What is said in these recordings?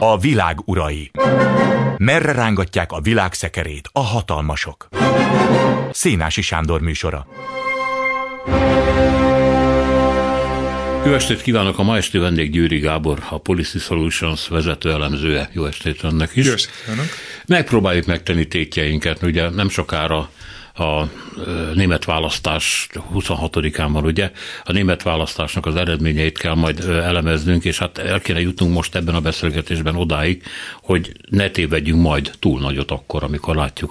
A világ urai. Merre rángatják a világ szekerét a hatalmasok? Szénási Sándor műsora. Jó estét kívánok! A ma esti vendég Győri Gábor, a Policy Solutions vezető elemzője. Jó estét önnek is! Jó estét kívánok! Megpróbáljuk megtenni tétjeinket, ugye nem sokára a német választás 26-án van, ugye? A német választásnak az eredményeit kell majd elemeznünk, és hát el kéne jutnunk most ebben a beszélgetésben odáig, hogy ne tévedjünk majd túl nagyot akkor, amikor látjuk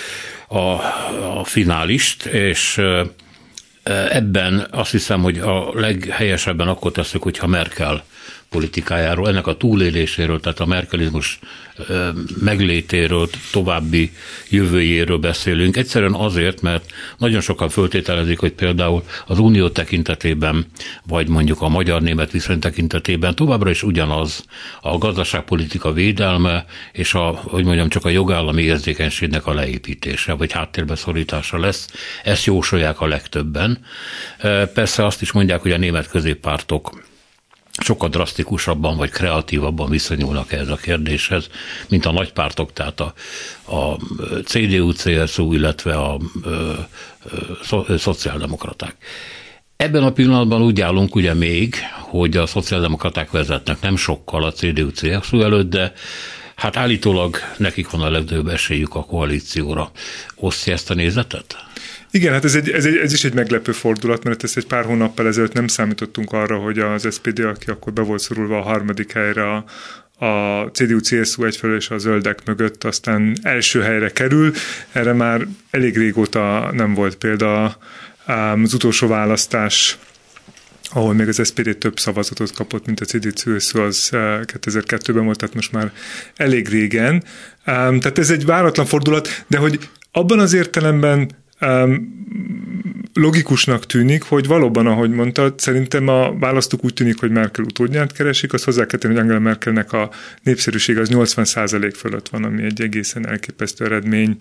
a finálist, és ebben azt hiszem, hogy a leghelyesebben akkor tesszük, hogyha Merkel politikájáról, ennek a túléléséről, tehát a merkelizmus meglétéről, további jövőjéről beszélünk. Egyszerűen azért, mert nagyon sokan föltételezik, hogy például az unió tekintetében, vagy mondjuk a magyar-német viszony tekintetében továbbra is ugyanaz a gazdaságpolitika védelme, és csak a jogállami érzékenységnek a leépítése, vagy háttérbe szorítása lesz. Ezt jósolják a legtöbben. Persze azt is mondják, hogy a német középpártok sokkal drasztikusabban vagy kreatívabban viszonyulnak ehhez a kérdéshez, mint a nagypártok, tehát a CDU, CSU, illetve a szociáldemokraták. Ebben a pillanatban úgy állunk ugye még, hogy a szociáldemokraták vezetnek nem sokkal a CDU, CSU előtt, de hát állítólag nekik van a legnagyobb esélyük a koalícióra. Osztja ezt a nézetet? Igen, hát ez is egy meglepő fordulat, mert ezt egy pár hónappal ezelőtt nem számítottunk arra, hogy az SPD, aki akkor be volt szorulva a harmadik helyre a CDU-CSU egyfelől és a zöldek mögött, aztán első helyre kerül. Erre már elég régóta nem volt példa. Az utolsó választás, ahol még az SPD több szavazatot kapott, mint a CDU-CSU, az 2002-ben volt, tehát most már elég régen. Tehát ez egy váratlan fordulat, de hogy abban az értelemben logikusnak tűnik, hogy valóban, ahogy mondtad, szerintem a választók úgy tűnik, hogy Merkel utódját keresik, azt hozzá kell tenni, hogy Angela Merkelnek a népszerűsége az 80% fölött van, ami egy egészen elképesztő eredmény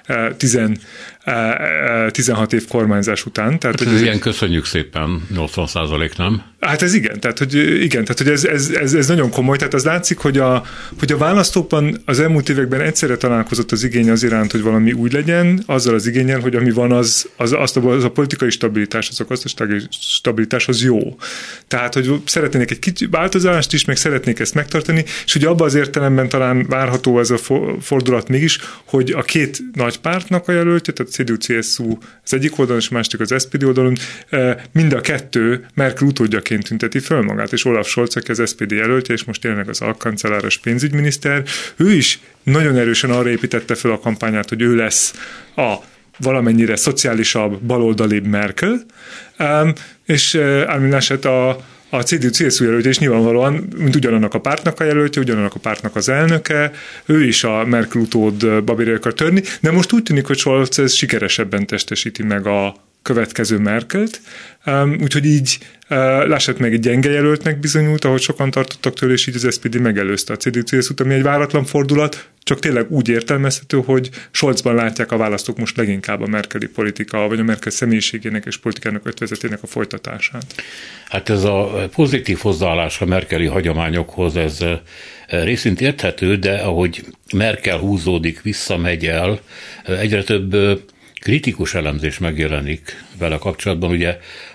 16 év kormányzás után. Tehát, hát ez ilyen köszönjük szépen, 80%, nem? Hát ez igen, tehát hogy ez nagyon komoly, tehát az látszik, hogy a választókban az elmúlt években egyszerre találkozott az igény az iránt, hogy valami úgy legyen, azzal az igénnyel, hogy ami van, az a politikai stabilitás, az a gazdasági stabilitás az jó. Tehát, hogy szeretnének egy kicsi változást is, meg szeretnék ezt megtartani, és ugye abban az értelemben talán várható ez a fordulat mégis, hogy a két nagy pártnak a jelöltje, tehát CDU-CSU az egyik oldalon, és másik az SPD oldalon, mind a kettő Merkel utódjaként tünteti föl magát, és Olaf Scholz, aki az SPD jelöltje, és most jelenleg az alkancelláros pénzügyminiszter, ő is nagyon erősen arra építette fel a kampányát, hogy ő lesz a valamennyire szociálisabb, baloldalibb Merkel, és Armin Laschet a CDU-CSU jelöltje, és nyilvánvalóan, mint ugyanannak a pártnak a jelöltje, ugyanannak a pártnak az elnöke, ő is a Merkel utódba bírja akar törni, de most úgy tűnik, hogy Scholz ez sikeresebben testesíti meg a következő Merkelt, úgyhogy így Laschet meg egy gyenge jelöltnek bizonyult, ahogy sokan tartottak tőle, és így az SPD megelőzte a CDU-CSU-t, ami egy váratlan fordulat, csak tényleg úgy értelmezhető, hogy Scholzban látják a választók most leginkább a merkeli politika, vagy a Merkel személyiségének és politikának ötvezetének a folytatását. Hát ez a pozitív hozzáállás a merkeli hagyományokhoz, ez részint érthető, de ahogy Merkel húzódik, visszamegy el, egyre több kritikus elemzés megjelenik vele kapcsolatban. Ugye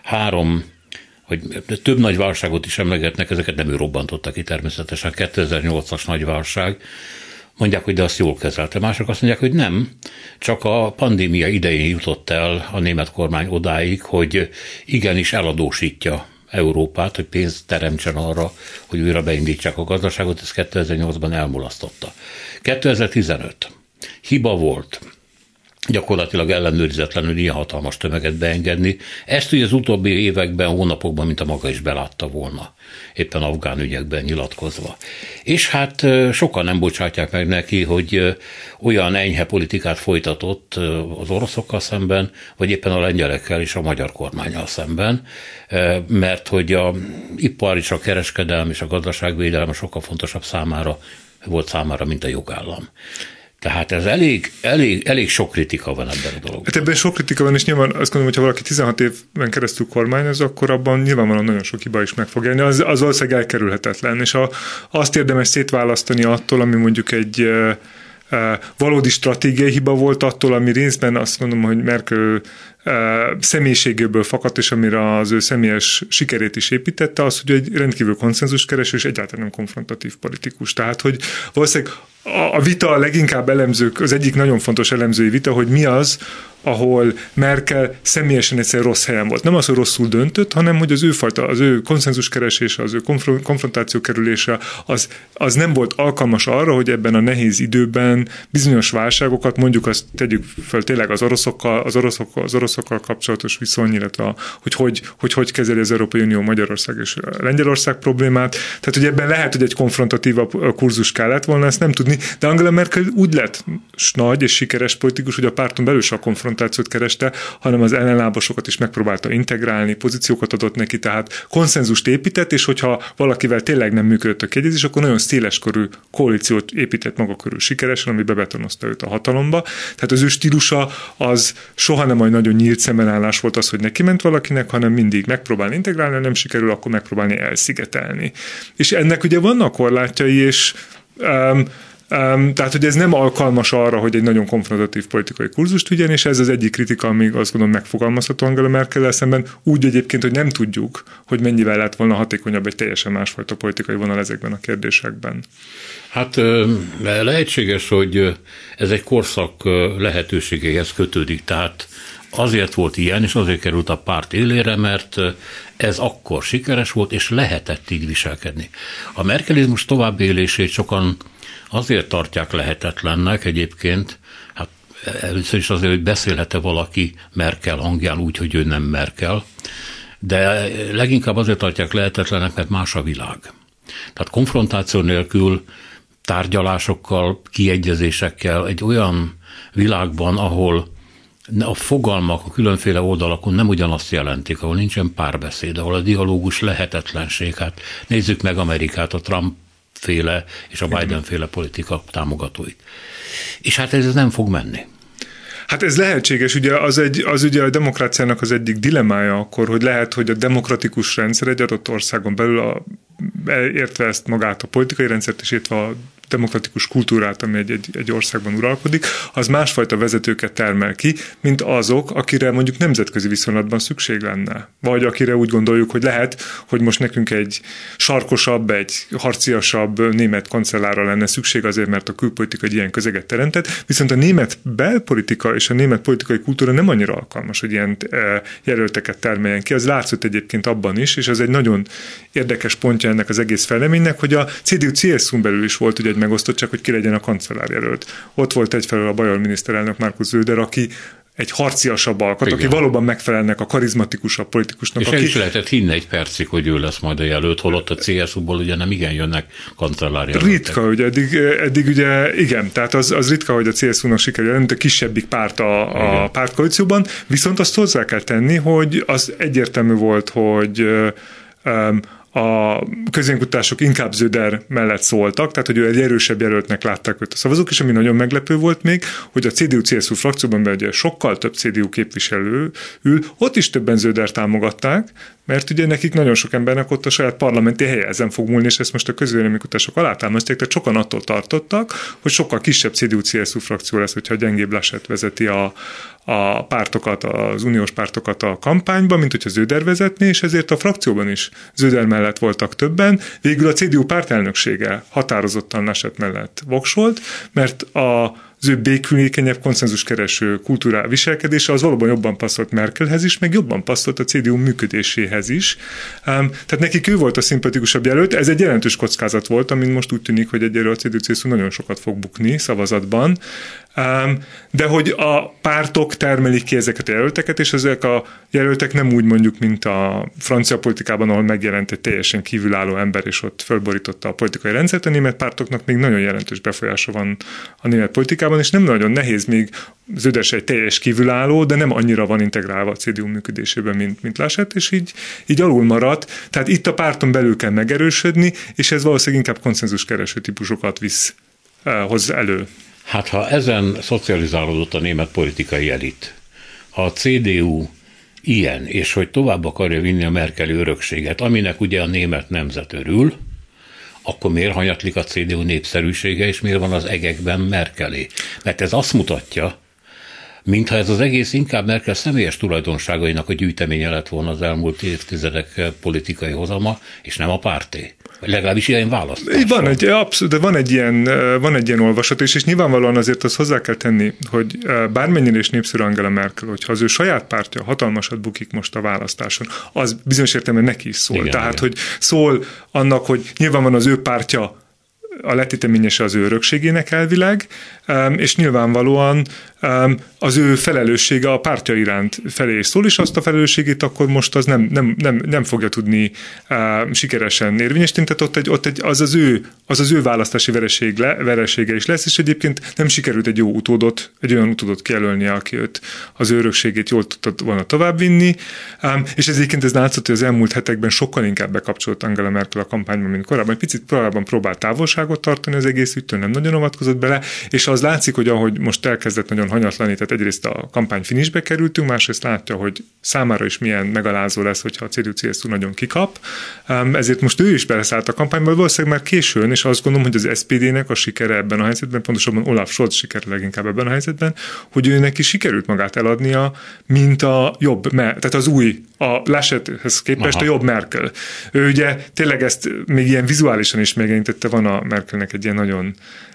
több nagy válságot is emlegetnek, ezeket nem ő robbantotta ki természetesen, 2008-as nagy válság. Mondják, hogy de azt jól kezelte. Mások azt mondják, hogy nem, csak a pandémia idején jutott el a német kormány odáig, hogy igenis eladósítja Európát, hogy pénzt teremtsen arra, hogy újra beindítsák a gazdaságot, ez 2008-ban elmulasztotta. 2015. Hiba volt gyakorlatilag ellenőrizetlenül ilyen hatalmas tömeget beengedni. Ezt ugye az utóbbi években, hónapokban, mint a maga is belátta volna, éppen afgán ügyekben nyilatkozva. És hát sokan nem bocsátják meg neki, hogy olyan enyhe politikát folytatott az oroszokkal szemben, vagy éppen a lengyelekkel és a magyar kormánnyal szemben, mert hogy a ipar és a kereskedelem és a gazdaságvédelem sokkal fontosabb volt számára, mint a jogállam. Tehát ez elég sok kritika van ebben a dologban. Hát ebben sok kritika van, és nyilván azt gondolom, hogy ha valaki 16 évben keresztül kormányoz, akkor abban nyilvánvalóan nagyon sok hiba is meg fog élni. Az valószínűleg elkerülhetetlen, és azt érdemes szétválasztani attól, ami mondjuk egy valódi stratégiai hiba volt, attól, ami részben azt mondom, hogy Merkel személyiségéből fakadt, és amire az ő személyes sikerét is építette, az, hogy egy rendkívül konszenzuskereső és egyáltalán nem konfrontatív politikus. Tehát, hogy valószínűleg a vita leginkább elemzők, az egyik nagyon fontos elemzői vita, hogy mi az, ahol Merkel személyesen egyszer rossz helyen volt. Nem az, hogy rosszul döntött, hanem hogy az ő konszenzuskeresése, az ő konfrontáció kerülése, az nem volt alkalmas arra, hogy ebben a nehéz időben bizonyos válságokat, mondjuk azt tegyük fel tényleg az oroszokkal kapcsolatos viszony, illetve hogy kezeli az Európai Unió Magyarország és Lengyelország problémát. Tehát, hogy ebben lehet, hogy egy konfrontatívabb kurzus kellett volna, ezt nem tudni, de Angela Merkel úgy lett nagy és sikeres politikus, hogy a párton belül se a konfrontációt kereste, hanem az ellenlábasokat is megpróbálta integrálni, pozíciókat adott neki, tehát konszenzust épített, és hogyha valakivel tényleg nem működött a kiegyezés, akkor nagyon széleskörű koalíciót épített maga körül sikeresen, ami bebetonozta őt a hatalomba. Tehát az ő stílusa az soha nem egy nagyon nyílt szembenállás volt az, hogy neki ment valakinek, hanem mindig megpróbálni integrálni, ha nem sikerül, akkor megpróbálni elszigetelni. És ennek ugye vannak korlátjai, és tehát, hogy ez nem alkalmas arra, hogy egy nagyon konfrontatív politikai kurzust vigyen, és ez az egyik kritika, amíg azt gondolom megfogalmazható Angela Merkellel szemben, úgy egyébként, hogy nem tudjuk, hogy mennyivel lett volna hatékonyabb egy teljesen másfajta politikai vonal ezekben a kérdésekben. Hát lehetséges, hogy ez egy korszak lehetőségeihez kötődik, tehát azért volt ilyen, és azért került a párt élére, mert ez akkor sikeres volt, és lehetett így viselkedni. A merkelizmus továbbélését sokan azért tartják lehetetlennek egyébként, hát először is azért, hogy beszélhet-e valaki Merkel hangján úgy, hogy ő nem Merkel, de leginkább azért tartják lehetetlennek, mert más a világ. Tehát konfrontáció nélkül, tárgyalásokkal, kiegyezésekkel egy olyan világban, ahol a fogalmak a különféle oldalakon nem ugyanazt jelentik, ahol nincsen párbeszéd, ahol a dialógus lehetetlenség. Hát nézzük meg Amerikát, a Trump-féle és a Biden-féle politika támogatóit. És hát ez nem fog menni. Hát ez lehetséges, ugye az ugye a demokráciának az egyik dilemmája akkor, hogy lehet, hogy a demokratikus rendszer egy adott országon belül értve ezt magát a politikai rendszert, és értve a demokratikus kultúrát, ami egy országban uralkodik, az másfajta vezetőket termel ki, mint azok, akire mondjuk nemzetközi viszonylatban szükség lenne. Vagy akire úgy gondoljuk, hogy lehet, hogy most nekünk egy sarkosabb, egy harciasabb német kancellárra lenne szükség azért, mert a külpolitika egy ilyen közeget teremtett, viszont a német belpolitika és a német politikai kultúra nem annyira alkalmas, hogy ilyen jelölteket termeljen ki. Az látszott egyébként abban is, és ez egy nagyon érdekes pontja ennek az egész fejleménynek, hogy a CDU-CSU-n belül is volt ugye egy megosztottság, hogy ki legyen a kancellárjelölt. Ott volt egyfelől a bajor miniszterelnök Markus Söder, aki egy harciasabb alkat, igen, aki valóban megfelelnek a karizmatikusabb politikusnak. És el is lehetett hinni egy percig, hogy ő lesz majd a jelölt, holott a CSU-ból ugye nem igen jönnek kancellárjelöltek. Ritka, hogy eddig ugye igen, tehát az ritka, hogy a CSU-nak sikerül, mint a kisebbik párt a pártkoalícióban, viszont azt hozzá kell tenni, hogy az egyértelmű volt, hogy a közvéleménykutatások inkább Söder mellett szóltak, tehát hogy ő egy erősebb jelöltnek látták őt a szavazók, és ami nagyon meglepő volt még, hogy a CDU-CSU frakcióban belül sokkal több CDU képviselő ül, ott is többen Södert támogatták, mert ugye nekik nagyon sok embernek ott a saját parlamenti helye ezen fog múlni, és ezt most a közvéleménykutatások alátámasztják, tehát sokan attól tartottak, hogy sokkal kisebb CDU-CSU frakció lesz, hogyha gyengébb Laschet vezeti a pártokat, az uniós pártokat a kampányban, mint hogyha Söder vezetné, és ezért a frakcióban is Söder mellett voltak többen. Végül a CDU pártelnöksége határozottan Laschet mellett voksolt, mert az ő békülékenyebb, konszenzuskereső kultúrá viselkedése az valóban jobban passzolt Merkelhez is, meg jobban passzolt a CDU működéséhez is. Tehát nekik ő volt a szimpatikusabb jelölt. Ez egy jelentős kockázat volt, amin most úgy tűnik, hogy egyelőre a CDU-CSU nagyon sokat fog bukni szavazatban. De hogy a pártok termelik ki ezeket a jelölteket, és ezek a jelöltek nem úgy mondjuk, mint a francia politikában, ahol megjelent egy teljesen kívülálló ember, és ott fölborította a politikai rendszert. A német pártoknak még nagyon jelentős befolyása van a német politikában, és nem nagyon nehéz még Söder egy teljes kívülálló, de nem annyira van integrálva a CDU működésében, mint Laschet, és így alul maradt. Tehát itt a párton belül kell megerősödni, és ez valószínűleg inkább konszenzuskereső típusokat hoz elő. Hát ha ezen szocializálódott a német politikai elit, ha a CDU ilyen, és hogy tovább akarja vinni a merkeli örökséget, aminek ugye a német nemzet örül, akkor miért hanyatlik a CDU népszerűsége, és miért van az egekben Merkelé? Mert ez azt mutatja, mintha ez az egész inkább Merkel személyes tulajdonságainak a gyűjteménye lett volna az elmúlt évtizedek politikai hozama, és nem a párté. Legalábbis ilyen választás. Van egy ilyen olvasat, és nyilvánvalóan azért azt hozzá kell tenni, hogy bármennyire is népszerű Angela Merkel, hogyha az ő saját pártja hatalmasat bukik most a választáson, az bizonyos értelemben neki is szól. Igen, tehát, igen. Hogy szól annak, hogy nyilván van az ő pártja a letéteményese az ő örökségének elvileg, és nyilvánvalóan az ő felelőssége a pártja iránt felé is szól, és azt a felelősségét akkor most az nem fogja tudni sikeresen érvényesíteni, tehát az az ő választási veresége is lesz, és egyébként nem sikerült egy olyan utódot kijelölnie, aki az ő örökségét jól tudta volna továbbvinni, és egyébként ez látszott, hogy az elmúlt hetekben sokkal inkább bekapcsolt Angela Merkel a kampányban, mint korábban. Egy picit korábban próbált távolságot tartani az egész ügytől, nem nagyon avatkozott bele, és az látszik, hogy ahogy most elkezdett nagyon hanyatlani, tehát egyrészt a kampány finishbe kerültünk, másrészt látja, hogy számára is milyen megalázó lesz, hogyha a CDU-CSU nagyon kikap. Ezért most ő is beleszállt a kampányba, valószínűleg már későn, és azt gondolom, hogy az SPD-nek a sikere ebben a helyzetben, pontosabban Olaf Scholz sikere leginkább ebben a helyzetben, hogy ő neki sikerült magát eladnia, mint a jobb, tehát az új, a Laschethez képest a jobb Merkel. Ő ugye tényleg ezt még ilyen vizuálisan is megjelenítette, van a Merkelnek egy ilyen nagyon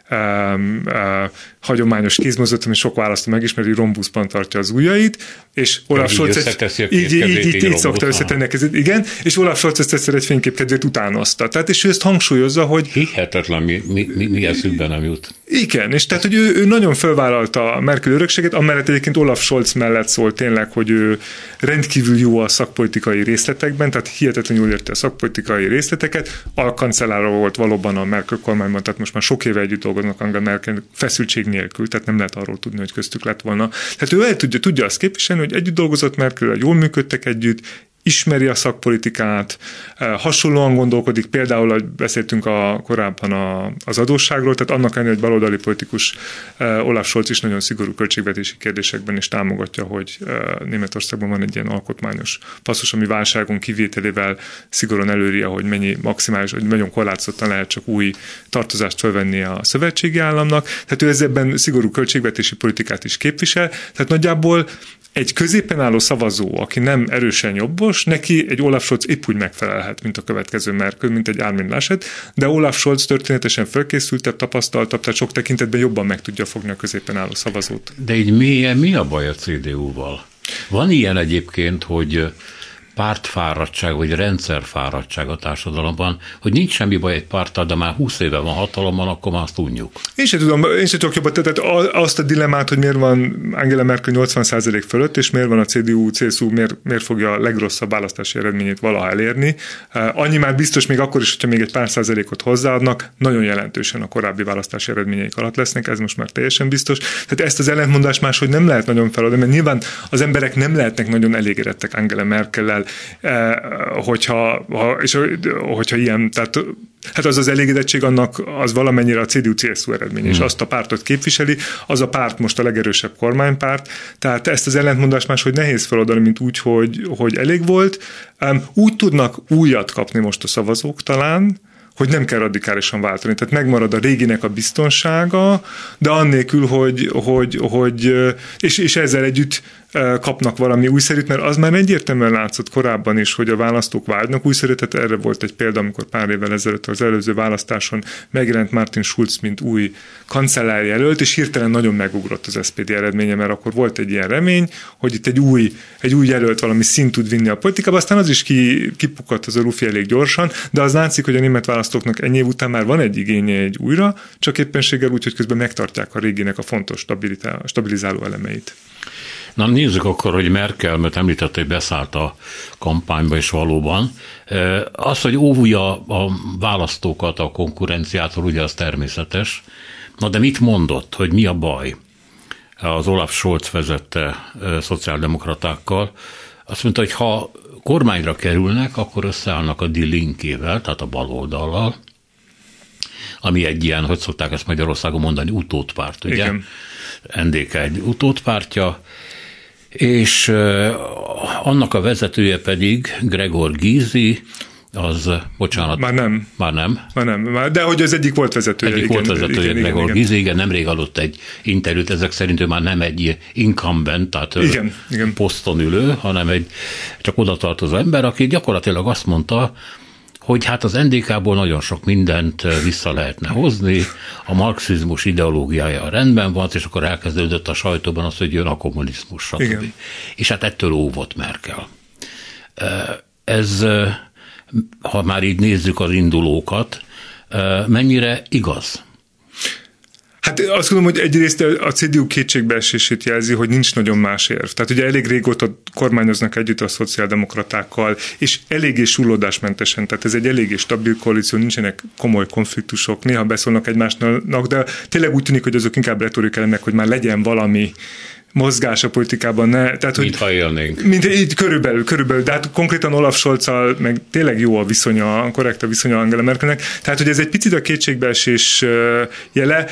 hagyományos kézmozdulatot, ami sok választó megismeri, rombuszban tartja az ujjait, és Olaf Scholz így szokta összetenni a kezét, igen, és Olaf Scholz ezt egyszer egy fénykép kedvéért utánozta. Tehát, és ő ezt hangsúlyozza, hogy... Hihetetlen, mi eszükben nem jut. Igen, és tehát, hogy ő nagyon felvállalta a Merkel örökséget, amellett egyébként Olaf Scholz mellett szól tényleg, hogy ő rendkívül jó a szakpolitikai részletekben, tehát hihetetlenül jól érte a szakpolitikai részleteket, alkancellára volt valóban a Merkel kormányban, tehát most már sok éve együtt dolgoznak Angela Merkel feszültség nélkül, tehát nem lehet arról tudni, hogy köztük lett volna. Tehát ő tudja azt képviselni, hogy együtt dolgozott Merkel, jól működtek együtt, ismeri a szakpolitikát, hasonlóan gondolkodik, például beszéltünk korábban az adósságról, tehát annak ellenére, hogy baloldali politikus Olaf Scholz is nagyon szigorú költségvetési kérdésekben is támogatja, hogy Németországban van egy ilyen alkotmányos passzus, ami válságon kivételével szigorúan előírja, hogy mennyi maximális, hogy nagyon korlátozottan lehet csak új tartozást felvenni a szövetségi államnak, tehát ő ezzel szigorú költségvetési politikát is képvisel, tehát nagyjából egy középen álló szavazó, aki nem erősen jobbos, neki egy Olaf Scholz épp úgy megfelelhet, mint a következő Merkel, mint egy Armin Laschet, de Olaf Scholz történetesen felkészültebb, tapasztaltabb, tehát sok tekintetben jobban meg tudja fogni a középen álló szavazót. De így mi a baj a CDU-val? Van ilyen egyébként, hogy pártfáradtság, vagy rendszerfáradtság a társadalomban, hogy nincs semmi baj egy párttal, de már 20 éve van hatalomban, akkor már azt unjuk. Én sem tudok jobban, tehát azt a dilemmát, hogy miért van Angela Merkel 80% fölött, és miért van a CDU-CSU, miért fogja a legrosszabb választási eredményét valaha elérni. Annyi már biztos még akkor is, hogyha még egy pár százalékot hozzáadnak, nagyon jelentősen a korábbi választási eredményeik alatt lesznek, ez most már teljesen biztos. Tehát ezt az ellentmondást máshogy nem lehet nagyon feladni, mert nyilván az emberek nem lehetnek nagyon elégedettek Angela Merkellel, hogyha ilyen, tehát hát az elégedettség annak az valamennyire a CDU-CSU eredmény, és azt a pártot képviseli, az a párt most a legerősebb kormánypárt, tehát ezt az ellentmondást máshogy nehéz feladni, mint úgy, hogy elég volt. Úgy tudnak újat kapni most a szavazók talán, hogy nem kell radikálisan váltani. Tehát megmarad a réginek a biztonsága, de annélkül, és ezzel együtt kapnak valami újszerűt, mert az már egyértelműen látszott korábban is, hogy a választók vágynak újszerűt, tehát erre volt egy példa, amikor pár évvel ezelőtt az előző választáson megjelent Martin Schulz, mint új kancellárjelölt, és hirtelen nagyon megugrott az SPD eredménye, mert akkor volt egy ilyen remény, hogy itt egy új jelölt valami szint tud vinni a politikába, aztán az is kipukadt az a lufi elég gyorsan, de az látszik, hogy a német választóknak ennyi év után már van egy igénye egy újra, csak éppenséggel úgy, hogy közben megtartják a réginek a fontos stabilizáló elemeit. Na nézzük akkor, hogy Merkel, mert említette, hogy beszállt a kampányba, és valóban. Az, hogy óvja a választókat a konkurenciától, ugye az természetes. Na de mit mondott, hogy mi a baj az Olaf Scholz vezette szociáldemokratákkal? Azt mondta, hogy ha kormányra kerülnek, akkor összeállnak a Die Linkével, tehát a baloldallal, ami egy ilyen, hogy szokták ezt Magyarországon mondani, utódpárt, ugye? Igen. NDK egy utódpártja, és annak a vezetője pedig Gregor Gysi, bocsánat. Már nem. De hogy az egyik volt vezetője. Gregor Gysi, igen, nemrég adott egy interjút, ezek szerint ő már nem egy incumbent, tehát igen. Poszton ülő, hanem csak oda tartozó ember, aki gyakorlatilag azt mondta, hogy hát az NDK-ból nagyon sok mindent vissza lehetne hozni, a marxizmus ideológiája rendben van, és akkor elkezdődött a sajtóban az, hogy jön a kommunizmus, stb. Igen. És hát ettől óvott Merkel. Ez, ha már így nézzük az indulókat, mennyire igaz? Hát azt gondolom, hogy egyrészt a CDU kétségbeesését jelzi, hogy nincs nagyon más érv. Tehát ugye elég régóta kormányoznak együtt a szociáldemokratákkal, és eléggé súlódásmentesen, tehát ez egy eléggé stabil koalíció, nincsenek komoly konfliktusok, néha beszólnak egymásnak, de tényleg úgy tűnik, hogy azok inkább retorikelemek, hogy már legyen valami mozgás a politikában. Tehát, mintha élnénk. Így körülbelül, de hát konkrétan Olaf Scholzzal meg tényleg jó a viszonya, korrekt a viszonya Angela Merkelnek. Tehát, hogy ez egy picit a kétségbeesés jele.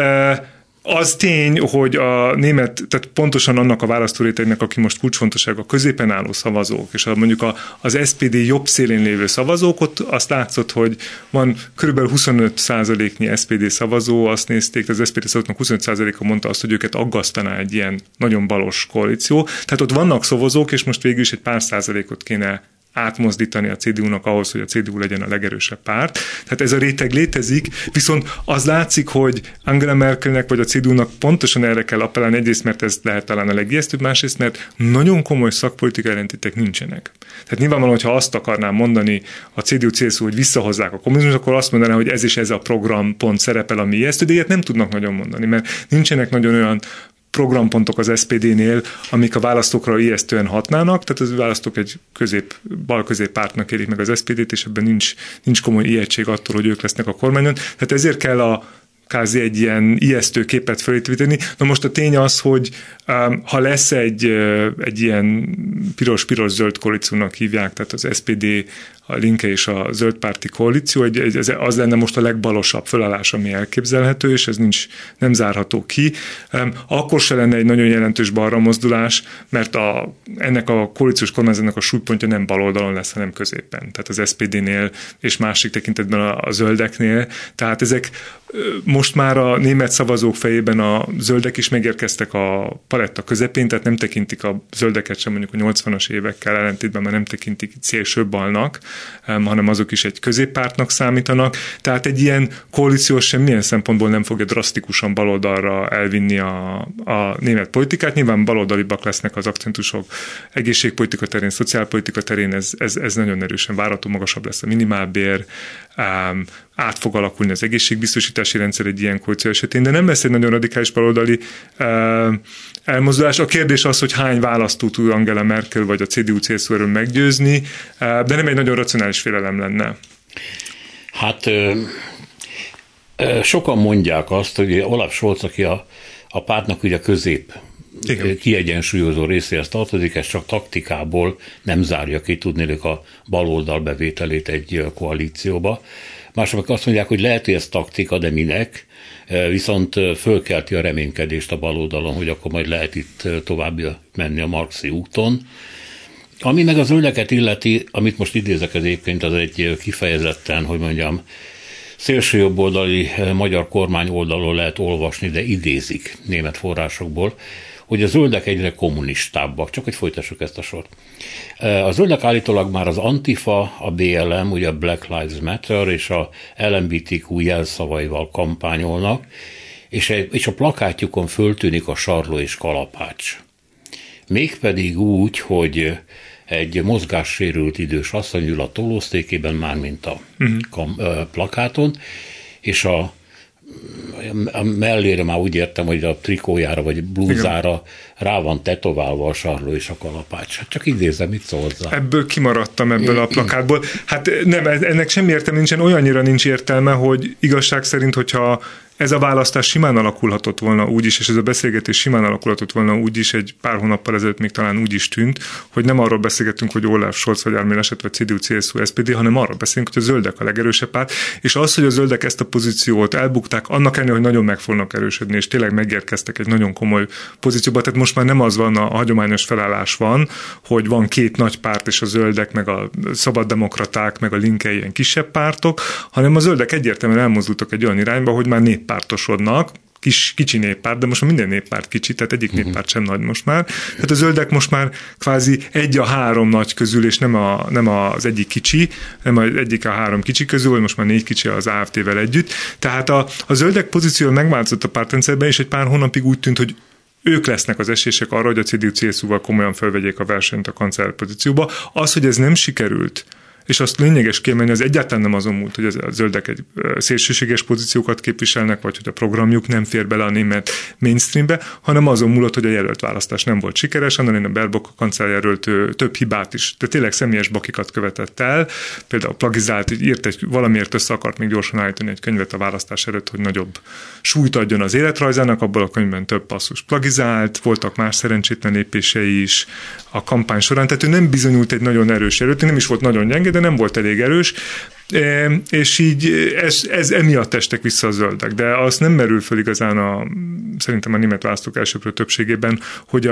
Az tény, hogy a német, tehát pontosan annak a választórétegnek, aki most kulcsfontosság a középen álló szavazók, és mondjuk az SPD jobb szélén lévő szavazók, ott azt látszott, hogy van körülbelül 25%-nyi SPD szavazó, azt nézték, az SPD szavazóknak 25%-a mondta azt, hogy őket aggasztaná egy ilyen nagyon balos koalíció. Tehát ott vannak szavazók, és most végül is egy pár százalékot kéne átmozdítani a CDU-nak ahhoz, hogy a CDU legyen a legerősebb párt. Tehát ez a réteg létezik, viszont az látszik, hogy Angela Merkelnek vagy a CDU-nak pontosan erre kell appellálni, egyrészt, mert ez lehet talán a legijesztőbb, másrészt, mert nagyon komoly szakpolitikai ellentétek nincsenek. Tehát nyilvánvalóan, hogyha azt akarnám mondani a CDU-CSU, hogy visszahozzák a kommunizmus, akkor azt mondaná, hogy ez és ez a programpont szerepel, ami ijesztő, de ilyet nem tudnak nagyon mondani, mert nincsenek nagyon olyan programpontok az SPD-nél, amik a választókra ijesztően hatnának, tehát az választók egy bal-közép pártnak élik meg az SPD-t, és ebben nincs komoly ijegység attól, hogy ők lesznek a kormányon. Tehát ezért kell kázi egy ilyen ijesztő képet felépíteni. Na most a tény az, hogy ha lesz egy ilyen piros-piros-zöld koalíciónak hívják, tehát az SPD, a Linke és a zöld párti koalíció, az lenne most a legbalosabb felállás, ami elképzelhető, és ez nem zárható ki. Akkor se lenne egy nagyon jelentős balra mozdulás, mert ennek a koalíciós kormányzatnak a súlypontja nem baloldalon lesz, hanem középen. Tehát az SPD-nél és másik tekintetben a zöldeknél. Tehát ezek most már a német szavazók fejében a zöldek is megérkeztek a paletta közepén, tehát nem tekintik a zöldeket sem mondjuk a 80-as évekkel ellentétben, mert nem tekintik szélső balnak, hanem azok is egy középpártnak számítanak. Tehát egy ilyen koalíció semmilyen szempontból nem fogja drasztikusan baloldalra elvinni a német politikát. Nyilván baloldalibbak lesznek az akcentusok egészségpolitika terén, szociálpolitika terén, ez nagyon erősen várható, magasabb lesz a minimálbér, át fog alakulni az egészségbiztosítási rendszer egy ilyen koalíció esetén, de nem lesz egy nagyon radikális baloldali elmozdulás. A kérdés az, hogy hány választót tud Angela Merkel vagy a CDU-CSU erről meggyőzni, de nem egy nagyon racionális félelem lenne. Hát sokan mondják azt, hogy Olaf Scholz, aki a pártnak ugye közép kiegyensúlyozó részéhez tartozik, ez csak taktikából nem zárja ki, tudnélik a baloldal bevételét egy koalícióba. Mások azt mondják, hogy lehet, hogy ez taktika, de minek, viszont fölkelti a reménykedést a baloldalon, hogy akkor majd lehet itt tovább menni a marxi úton. Ami meg a zöldeket illeti, amit most idézek egyébként, az egy kifejezetten, hogy mondjam, szélsőjobboldali magyar kormány oldalról lehet olvasni, de idézik német forrásokból, hogy a zöldek egyre kommunistábbak. Csak hogy folytassuk ezt a sort. A zöldek állítólag már az Antifa, a BLM, ugye a Black Lives Matter és a LMBTQ jelszavaival kampányolnak, és a plakátjukon föltűnik a sarló és kalapács. Mégpedig úgy, hogy egy mozgássérült idős asszony ül a tolószékében, mármint a plakáton, és a mellére már úgy értem, hogy a trikójára vagy blúzára rá van tetoválva a sarló és a kalapács. Hát csak idézem, mit szól hozzá. Ebből kimaradtam ebből a plakátból. Hát nem, ennek semmi értelme nincsen, olyannyira nincs értelme, hogy igazság szerint, hogyha ez a választás simán alakulhatott volna úgy is, és ez a beszélgetés simán alakulhatott volna úgy is, egy pár hónappal ezelőtt még talán úgy is tűnt, hogy nem arról beszélgetünk, hogy Olaf Scholz vagy Armin Laschet vagy CDU, CSU, SPD, hanem arról beszélünk, hogy a zöldek a legerősebb párt, és az, hogy a zöldek ezt a pozíciót elbukták, annak ellenére, hogy nagyon meg fognak erősödni, és tényleg megérkeztek egy nagyon komoly pozícióba, tehát most már nem az van, a hagyományos felállás van, hogy van két nagy párt, és a zöldek, meg a szabaddemokraták, meg a linkei ilyen kisebb pártok, hanem a zöldek egyértelműen elmozdultak egy olyan irányba, hogy már néppártosodnak, kicsi néppárt, de most már minden néppárt kicsi, tehát egyik néppárt sem nagy most már. Tehát a zöldek most már kvázi egy a három nagy közül, és nem az egyik kicsi, nem az egyik a három kicsi közül, vagy most már 4 kicsi az AfD-vel együtt. Tehát a zöldek pozíciója megváltozott a pártrendszerben, és egy pár hónapig úgy tűnt, hogy ők lesznek az esélyesek arra, hogy a CDU-CSU-val komolyan felvegyék a versenyt a kancellár pozícióba. Az, hogy ez nem sikerült, és azt lényeges kiemelni, az egyáltalán nem azon múlt, hogy a zöldek egy szélsőséges pozíciókat képviselnek, vagy hogy a programjuk nem fér bele a német mainstreambe, hanem azon múlott, hogy a jelölt választás nem volt sikeres, Annalena Baerbock a kancellárjelölt több hibát is, de tényleg személyes bakikat követett el, például plagizált, írt valamiért össze akart még gyorsan állítani egy könyvet a választás előtt, hogy nagyobb súlyt adjon az életrajzának, abból a könyvben több passzus plagizált, voltak más szerencsétlen lépései is a kampány során, tehát ő nem bizonyult egy nagyon erős erőt, nem is volt nagyon gyenge, de nem volt elég erős, és így ez emiatt estek vissza a zöldek. De azt nem merül föl igazán szerintem a német választók elsőprő többségében, hogy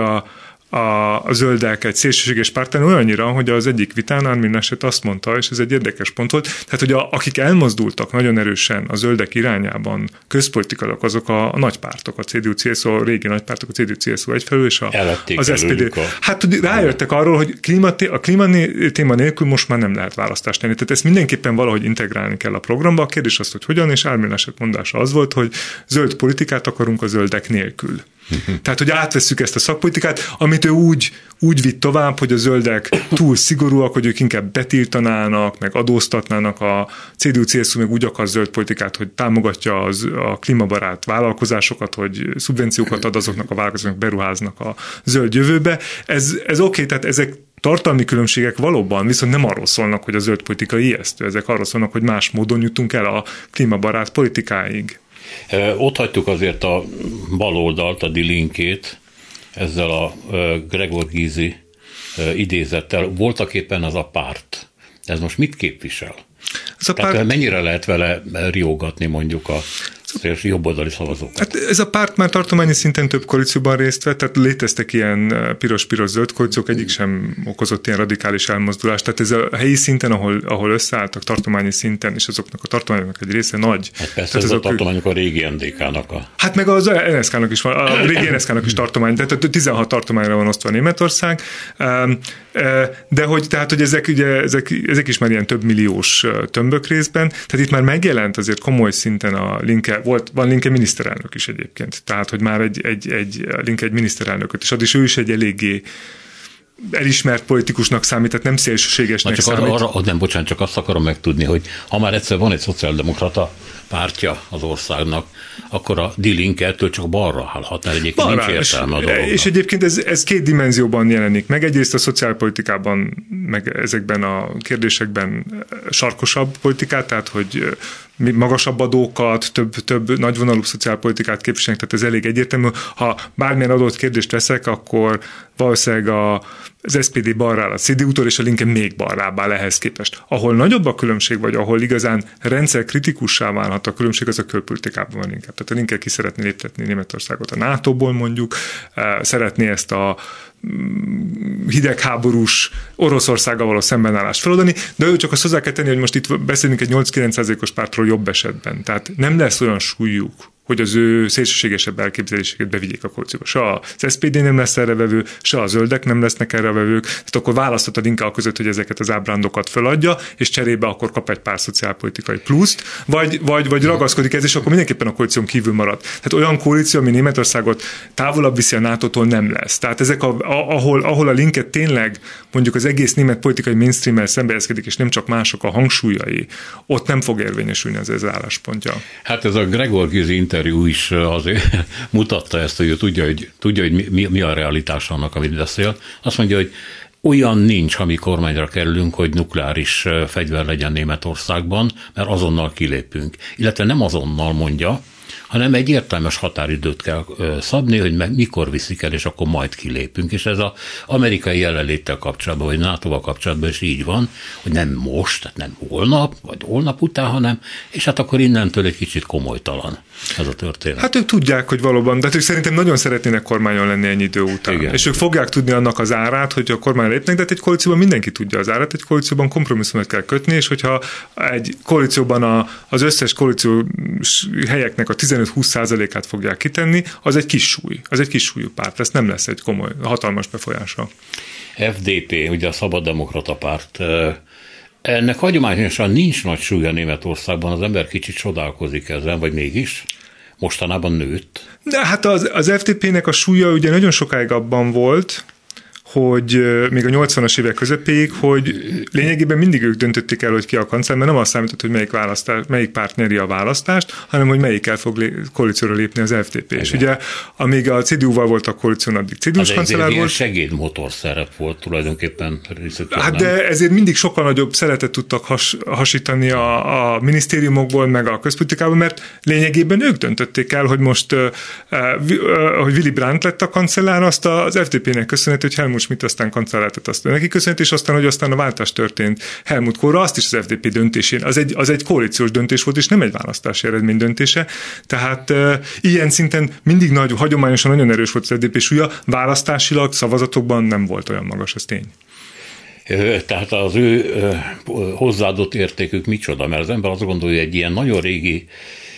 a zöldek egy szélsőséges pártán olyannyira, hogy az egyik vitán Armin Laschet azt mondta, és ez egy érdekes pont volt, tehát hogy akik elmozdultak nagyon erősen a zöldek irányában közpolitikailag, azok a nagy pártok, a CDU, CSU, a régi nagy pártok, a CDU, CSU egyfelől, és az SPD. Hát rájöttek arról, hogy a klímatéma nélkül most már nem lehet választást tenni. Tehát ezt mindenképpen valahogy integrálni kell a programba. A kérdés az, hogy hogyan, és Armin Laschet mondása az volt, hogy zöld politikát akarunk a zöldek nélkül. Tehát, hogy átvesszük ezt a szakpolitikát, amit ő úgy vitt tovább, hogy a zöldek túl szigorúak, hogy ők inkább betiltanának, meg adóztatnának, a CDU-CSU meg úgy akar zöld politikát, hogy támogatja a klímabarát vállalkozásokat, hogy szubvenciókat ad azoknak a vállalkozóknak, beruháznak a zöld jövőbe. Ez oké, tehát ezek tartalmi különbségek valóban, viszont nem arról szólnak, hogy a zöld politika ijesztő, ezek arról szólnak, hogy más módon jutunk el a klímabarát politikáig. Ott hagytuk azért a baloldalt, a Die Linkét, ezzel a Gregor Gysi idézettel. Voltak éppen az a párt. Ez most mit képvisel? Tehát mennyire lehet vele riogatni mondjuk a jobboldali szavazókat? Hát ez a párt már tartományi szinten több koalícióban részt vett, tehát léteztek ilyen piros-piros-zöld koalíciók, egyik sem okozott ilyen radikális elmozdulást. Tehát ez a helyi szinten, ahol összeálltak tartományi szinten, és azoknak a tartományoknak egy része nagy. Hát persze ez a tartományok a régi NDK-nak Hát meg az NSZK-nak is van, a régi NSZK-nak is tartomány, tehát 16 tartományra van osztva Németország, de hogy ezek is már ilyen több milliós tömbök részben, tehát itt már megjelent azért komoly szinten a Linke, van Linke miniszterelnök is egyébként, tehát hogy már egy Linke egy miniszterelnököt is ad, és ő is egy eléggé elismert politikusnak számít, tehát nem szélsőségesnek számít. Csak azt akarom megtudni, hogy ha már egyszer van egy szociáldemokrata pártja az országnak, akkor a Die Linke ettől csak balra állhat, mert egyébként nincs értelme a dolognak. És egyébként ez két dimenzióban jelenik meg. Egyrészt a szociálpolitikában, meg ezekben a kérdésekben sarkosabb politikát, tehát hogy magasabb adókat, több nagyvonalú szociálpolitikát képviselnek, tehát ez elég egyértelmű. Ha bármilyen adott kérdést veszek, akkor valószínűleg az SPD balra áll a CDU-tól, és a Linke még balrább áll ehhez képest. Ahol nagyobb a különbség, vagy ahol igazán rendszerkritikussá válhat a különbség, az a külpolitikában van inkább. Tehát a Linke ki szeretné léptetni Németországot a NATO-ból mondjuk, szeretné ezt a hidegháborús Oroszországgal való szembenállást feloldani, de ő csak azt hozzá kell tenni, hogy most itt beszélünk egy 8-9%-os pártról jobb esetben. Tehát nem lesz olyan súlyuk, hogy az ő szélsőségesebb elképzeléseket bevigyék a koalícióba. Se az SPD nem lesz erre vevő, se a zöldek nem lesznek erre vevők, tehát akkor választhatod inkább között, hogy ezeket az ábrándokat feladja, és cserébe akkor kap egy pár szociálpolitikai pluszt, vagy ragaszkodik ez, és akkor mindenképpen a koalíción kívül marad. Tehát olyan koalíció, ami Németországot távolabb viszi a NATO-tól, nem lesz. Tehát ezek, ahol a Linke tényleg mondjuk az egész német politikai mainstream-mel szembeeszkedik, és nem csak mások a hangsúlyai, ott nem fog érvényesülni az álláspontja. Hát ez a Gregor Gysi interjú is azért mutatta ezt, hogy ő tudja, hogy mi a realitás annak, amit beszél. Azt mondja, hogy olyan nincs, ha mi kormányra kerülünk, hogy nukleáris fegyver legyen Németországban, mert azonnal kilépünk. Illetve nem azonnal mondja, hanem egy értelmes határidőt kell szabni, hogy mikor viszik el, és akkor majd kilépünk. És ez az amerikai jelenléttel kapcsolatban, vagy NATO-val kapcsolatban is így van, hogy nem most, tehát nem holnap, vagy holnap után, hanem, és hát akkor innentől egy kicsit komolytalan ez a történet. Hát ők tudják, hogy valóban, de ők szerintem nagyon szeretnének kormányon lenni ennyi idő után. Igen. És ők fogják tudni annak az árát, hogy a kormány lépnek, de egy koalícióban mindenki tudja az árat, egy koalícióban kompromisszumot kell kötni, és hogyha egy koalícióban az összes koalíció helyeknek a 15-20%-át fogják kitenni, az egy kis súly. Az egy kis súlyú párt, ez nem lesz egy komoly, hatalmas befolyása. FDP, ugye a Szabaddemokrata Párt, ennek hagyományosan nincs nagy súlya Németországban, az ember kicsit csodálkozik ezen, vagy mégis? Mostanában nőtt. De hát az FDP-nek a súlya ugye nagyon sokáig abban volt, hogy még a 80-as évek közepéig, hogy lényegében mindig ők döntötték el, hogy ki a kancellár, mert nem azt számított, hogy melyik párt nyeri a választást, hanem hogy melyikkel fog koalícióra lépni az FDP. És ugye, amíg a CDU-val volt a koalíción, addig CDU-s kancellár volt. Ez egy segédmotor szerep volt tulajdonképpen részükön. Hát de ezért mindig sokkal nagyobb szeretet tudtak hasítani a minisztériumokból, meg a közpolitikából, mert lényegében ők döntötték el, hogy most hogy Willy Brandt lett a kancellár, azt az FDP-nek köszönhető, hogy Helmut Schmidt aztán kancellár lett, azt neki köszönhető, és aztán, hogy aztán a váltás történt Helmut Kohlra, azt is az FDP döntésén. Az egy koalíciós döntés volt, és nem egy választási eredmény döntése. Tehát ilyen szinten mindig hagyományosan nagyon erős volt az FDP súlya, választásilag, szavazatokban nem volt olyan magas, ez tény. Tehát az ő hozzáadott értékük micsoda? Mert az ember azt gondolja, hogy egy ilyen nagyon régi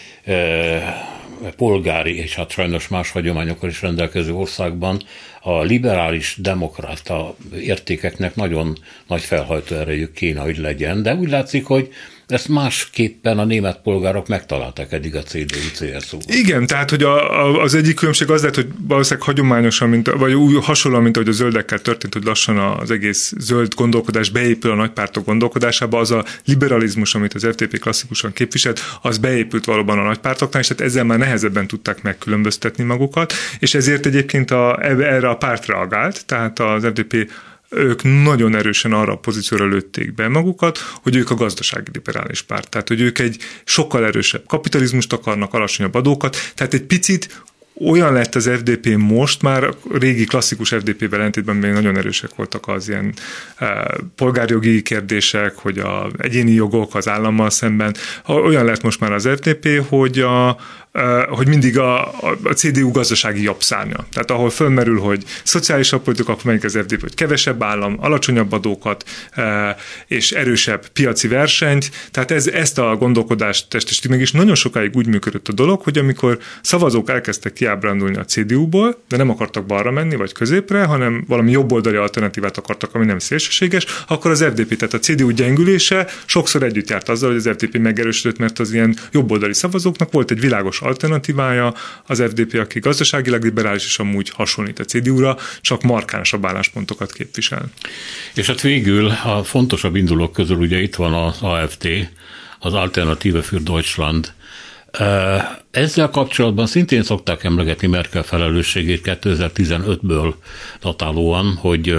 polgári, és hát sajnos más hagyományokkal is rendelkező országban a liberális demokrata értékeknek nagyon nagy felhajtó erejük kéne, hogy legyen, de úgy látszik, hogy ezt másképpen a német polgárok megtalálták eddig a CDU-CSU-ban. Igen, tehát hogy az egyik különbség az lehet, hogy valószínűleg hagyományosan, vagy hasonlóan, mint ahogy a zöldekkel történt, hogy lassan az egész zöld gondolkodás beépül a nagypártok gondolkodásába, az a liberalizmus, amit az FDP klasszikusan képviselt, az beépült valóban a nagypártoknál, és tehát ezzel már nehezebben tudták megkülönböztetni magukat, és ezért egyébként erre a párt reagált, tehát az FDP ők nagyon erősen arra a pozícióra lőtték be magukat, hogy ők a gazdasági liberális párt. Tehát, hogy ők egy sokkal erősebb kapitalizmust akarnak, alacsonyabb adókat. Tehát egy picit olyan lett az FDP most, már a régi klasszikus FDP-vel ellentétben még nagyon erősek voltak az ilyen polgárjogi kérdések, hogy az egyéni jogok az állammal szemben. Olyan lett most már az FDP, hogy mindig a CDU gazdasági jobb szárnya. Tehát ahol fölmerül, hogy szociálisabb politika, akkor melyik az FDP, hogy kevesebb állam, alacsonyabb adókat és erősebb piaci versenyt. Tehát ezt a gondolkodást testesíti meg, és nagyon sokáig úgy működött a dolog, hogy amikor szavazók elkezdtek kiábrándulni a CDU-ból, de nem akartak balra menni, vagy középre, hanem valami jobboldali alternatívát akartak, ami nem szélsőséges, akkor az FDP, tehát a CDU gyengülése sokszor együtt járt azzal, hogy az FDP megerősödött, mert az ilyen jobboldali szavazóknak volt egy világos alternatívája, az FDP, aki gazdaságilag liberális és amúgy hasonlít a CDU-ra, csak markánsabb álláspontokat képvisel. És hát végül a fontosabb indulók közül ugye itt van az AfD, az Alternative für Deutschland. Ezzel kapcsolatban szintén szokták emlegetni Merkel felelősségét 2015-ből datálóan, hogy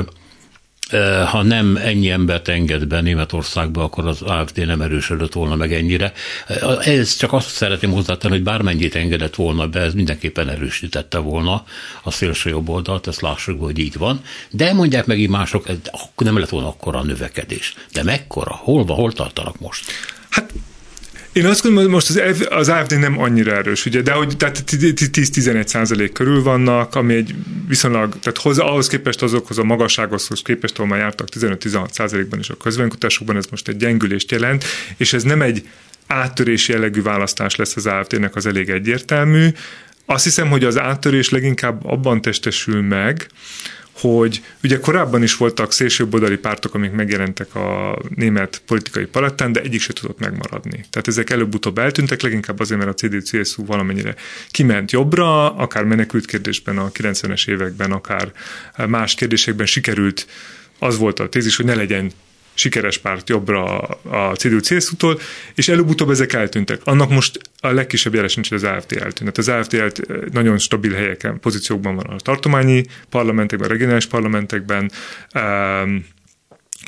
ha nem ennyi embert enged be Németországba, akkor az AfD nem erősödött volna meg ennyire. Ez csak azt szeretném hozzátenni, hogy bármennyit engedett volna be, ez mindenképpen erősítette volna a szélső jobb oldalt, ezt lássuk, hogy így van. De mondják meg így mások, nem lett volna akkora a növekedés. De mekkora? Hol tartanak most? Hát én azt gondolom, hogy most az AfD nem annyira erős, ugye, de hogy 10-11% körül vannak, ami egy viszonylag, tehát ahhoz képest azokhoz a magasságokhoz képest, ahol már jártak 15-16%-ban is a közvéleménykutatásokban, ez most egy gyengülést jelent, és ez nem egy áttörési jellegű választás lesz az AfD-nek, az elég egyértelmű. Azt hiszem, hogy az áttörés leginkább abban testesül meg, hogy ugye korábban is voltak szélsőjobboldali pártok, amik megjelentek a német politikai palettán, de egyik se tudott megmaradni. Tehát ezek előbb-utóbb eltűntek, leginkább azért, mert a CDU-CSU valamennyire kiment jobbra, akár menekült kérdésben a 90-es években, akár más kérdésekben sikerült, az volt a tézis, hogy ne legyen sikeres párt jobbra a CDU-CSU-tól, és előbb-utóbb ezek eltűntek. Annak most a legkisebb jele sincs, hogy az AfD eltűnt. Az AfD nagyon stabil helyeken, pozíciókban van a tartományi parlamentekben, a regionális parlamentekben,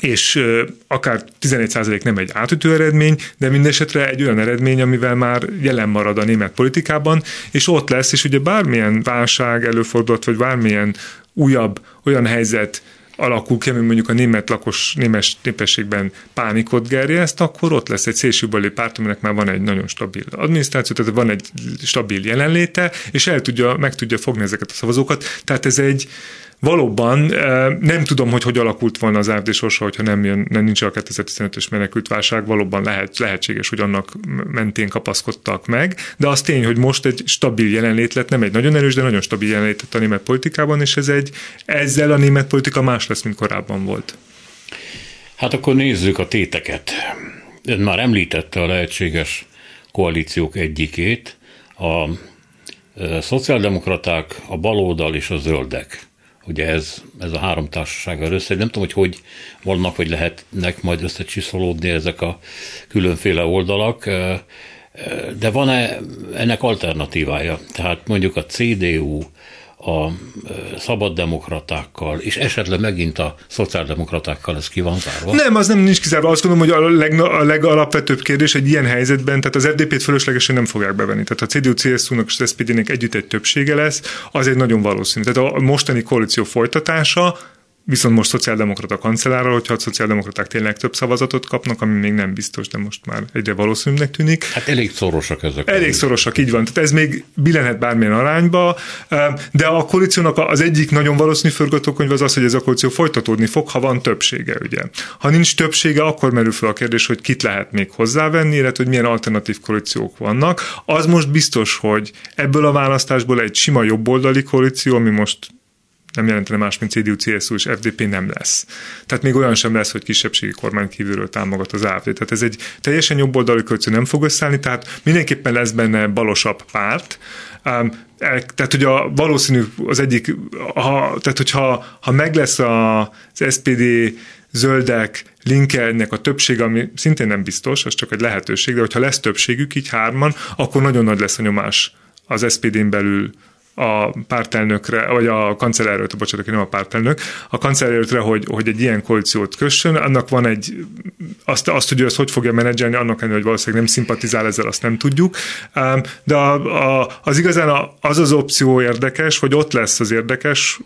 és akár 11% nem egy átütő eredmény, de mindesetre egy olyan eredmény, amivel már jelen marad a német politikában, és ott lesz, és ugye bármilyen válság előfordult, vagy bármilyen újabb olyan helyzet alakul ki, ami mondjuk a német népességben pánikot gerjeszt, akkor ott lesz egy szélsőbeli párt, aminek már van egy nagyon stabil adminisztráció, tehát van egy stabil jelenléte, és meg tudja fogni ezeket a szavazókat. Tehát ez egy valóban nem tudom, hogy alakult volna az AfD sorsa, hogyha nincs a 2015-ös menekültválság, valóban lehetséges, hogy annak mentén kapaszkodtak meg, de az tény, hogy most egy stabil jelenlét lett, nem egy nagyon erős, de nagyon stabil jelenlét lett a német politikában, és ezzel a német politika más lesz, mint korábban volt. Hát akkor nézzük a téteket. Ön már említette a lehetséges koalíciók egyikét, a szociáldemokraták, a baloldal és a zöldek. Ugye ez a három társasággal össze. Nem tudom, hogy vannak, vagy lehetnek majd összecsiszolódni ezek a különféle oldalak, de van-e ennek alternatívája? Tehát mondjuk a CDU, a szabaddemokratákkal, és esetleg megint a szociáldemokratákkal ez ki van zárva? Nem, az nincs kizárva. Azt gondolom, hogy a legalapvetőbb kérdés egy ilyen helyzetben, tehát az FDP-t fölöslegesen nem fogják bevenni. Tehát a CDU-CSU-nak és az SPD-nek együtt egy többsége lesz, az egy nagyon valószínű. Tehát a mostani koalíció folytatása, viszont most szociáldemokrata kancellárral, hogyha a szociáldemokraták tényleg több szavazatot kapnak, ami még nem biztos, de most már egyre valószínűbbnek tűnik. Hát elég szorosak ezek. Elég szorosak, így van. Tehát ez még billenhet bármilyen arányba, de a koalíciónak az egyik nagyon valószínű forgatókönyv az, hogy ez a koalíció folytatódni fog, ha van többsége, ugye. Ha nincs többsége, akkor merül fel a kérdés, hogy kit lehet még hozzávenni, illetve hogy milyen alternatív koalíciók vannak. Az most biztos, hogy ebből a választásból egy sima jobboldali koalíció, ami most nem jelentene más, mint CDU, CSU és FDP nem lesz. Tehát még olyan sem lesz, hogy kisebbségi kormány kívülről támogat az AfD. Tehát ez egy teljesen jobboldali koalíció nem fog összeállni, tehát mindenképpen lesz benne balosabb párt. Tehát, hogy a valószínű az egyik, tehát hogyha meg lesz az SPD, zöldek, Linkelnek a többsége, ami szintén nem biztos, az csak egy lehetőség, de hogyha lesz többségük, így hárman, akkor nagyon nagy lesz a nyomás az SPD-n belül a pártelnökre, vagy a kancellárőtre, bocsánat, nem a pártelnök, a kancellárőtre, hogy egy ilyen koalíciót kössön, annak van egy, azt tudja, hogy fogja menedzselni, annak ellenére, hogy valószínűleg nem szimpatizál ezzel, azt nem tudjuk. De az igazán az opció érdekes, hogy ott lesz az érdekes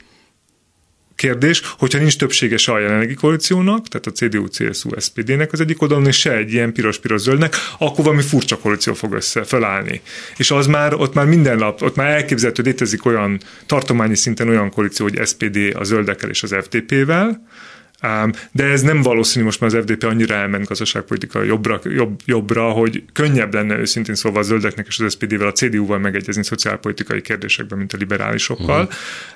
kérdés, hogyha nincs többsége se a jelenlegi koalíciónak, tehát a CDU, CSU, SPD-nek az egyik oldalon, és se egy ilyen piros-piros zöldnek, akkor valami furcsa koalíció fog felállni. És ott már minden ott már elképzelhető, hogy létezik olyan tartományi szinten olyan koalíció, hogy SPD a zöldekkel és az FDP-vel, de ez nem valószínű, most már az FDP annyira elment gazdaságpolitika jobbra, hogy könnyebb lenne őszintén szóval a zöldeknek és az SPD-vel, a CDU-val megegyezni szociálpolitikai kérdésekben, mint a liberálisokkal.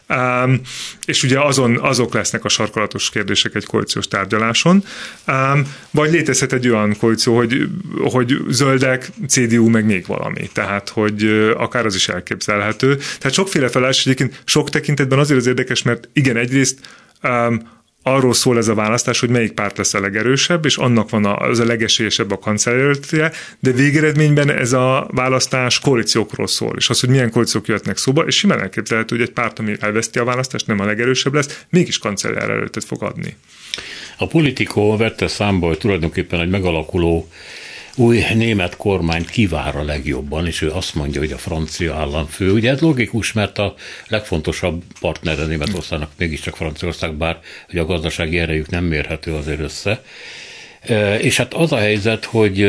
És ugye azok lesznek a sarkalatos kérdések egy koalíciós tárgyaláson. Vagy létezhet egy olyan koalíció, hogy zöldek, CDU, meg még valami. Tehát, hogy akár az is elképzelhető. Tehát sokféle felállás, egyébként sok tekintetben azért az érdekes, mert igen, egyrészt arról szól ez a választás, hogy melyik párt lesz a legerősebb, és annak van az a legesélyesebb a kancellárjelöltje, de végeredményben ez a választás koalíciókról szól, és az, hogy milyen koalíciók jöhetnek szóba, és simán elképzelhető, hogy egy párt, ami elveszti a választást, nem a legerősebb lesz, mégis kancellárjelöltet fog adni. A Politico vette számba, hogy tulajdonképpen egy megalakuló új német kormányt kivár a legjobban, és ő azt mondja, hogy a francia államfő. Ugye ez logikus, mert a legfontosabb partnere Németországnak mégiscsak Franciaország, bár hogy a gazdasági erejük nem mérhető azért össze. És hát az a helyzet,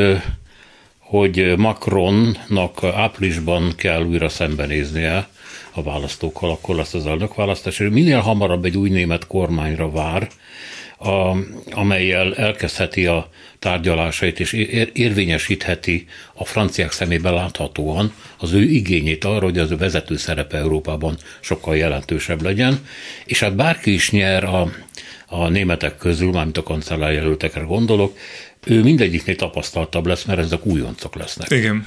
hogy Macronnak áprilisban kell újra szembenéznie a választókkal, akkor lesz az elnökválasztás, és minél hamarabb egy új német kormányra vár, amellyel elkezdheti a tárgyalásait, és érvényesítheti a franciák szemében láthatóan az ő igényét arra, hogy az ő vezető szerepe Európában sokkal jelentősebb legyen, és hát bárki is nyer a németek közül, mármint a kancellárjelöltekre gondolok, ő mindegyiknél tapasztaltabb lesz, mert ezek újoncok lesznek. Igen.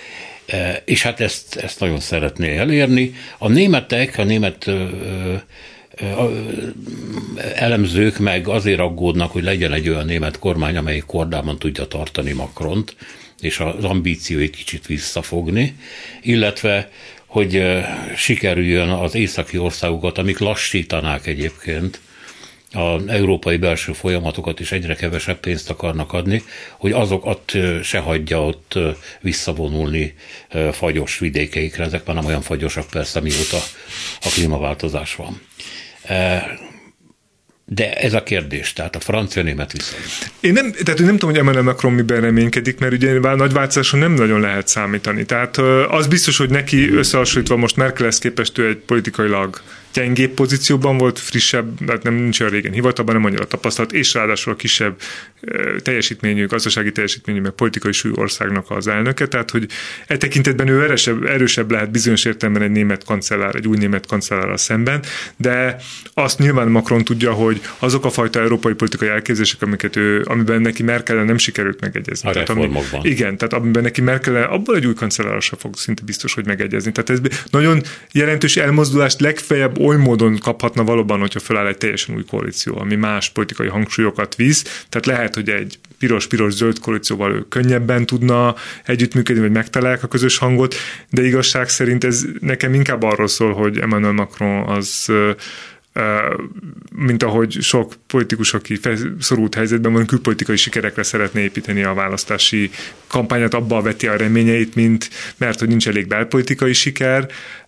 És hát ezt nagyon szeretné elérni. A német elemzők meg azért aggódnak, hogy legyen egy olyan német kormány, amelyik kordában tudja tartani Macront, és az ambícióit kicsit visszafogni, illetve, hogy sikerüljön az északi országokat, amik lassítanák egyébként az európai belső folyamatokat is egyre kevesebb pénzt akarnak adni, hogy azokat se hagyja ott visszavonulni fagyos vidékeikre. Ezek már nem olyan fagyosak persze, mióta a klímaváltozás van. De ez a kérdés, tehát a francia-német viszony. Én nem tudom, hogy Emmanuel Macron miben reménykedik, mert ugye nagy változáson nem nagyon lehet számítani. Tehát az biztos, hogy neki összehasonlítva most Merkelhez képest ő egy politikailag gyengébb pozícióban volt, frissebb, hát nincs olyan régen hivatalban, nem annyira tapasztalt, és ráadásul a kisebb teljesítményű, gazdasági teljesítményű, meg politikai súlyú országnak az elnöke, tehát hogy e tekintetben ő erősebb lehet bizonyos értelemben egy német kancellár, egy új német kancellárral szemben, de azt nyilván Macron tudja, hogy azok a fajta európai politikai elképzelések, amiben neki Merkellel nem sikerült megegyezni. A reformokban. Igen, tehát amiben neki Merkellel abból egy új kancellárral sem fog szinte biztos, hogy megegyezni. Tehát ez nagyon jelentős elmozdulást legfeljebb oly módon kaphatna valóban, hogyha feláll egy teljesen új koalíció, ami más politikai hangsúlyokat visz. Tehát lehet, hogy egy piros-piros-zöld koalícióval ő könnyebben tudna együttműködni, vagy megtalálják a közös hangot, de igazság szerint ez nekem inkább arról szól, hogy Emmanuel Macron az mint ahogy sok politikus, aki szorult helyzetben van, külpolitikai sikerekre szeretné építeni a választási kampányát, abba veti a reményeit, mert hogy nincs elég belpolitikai siker,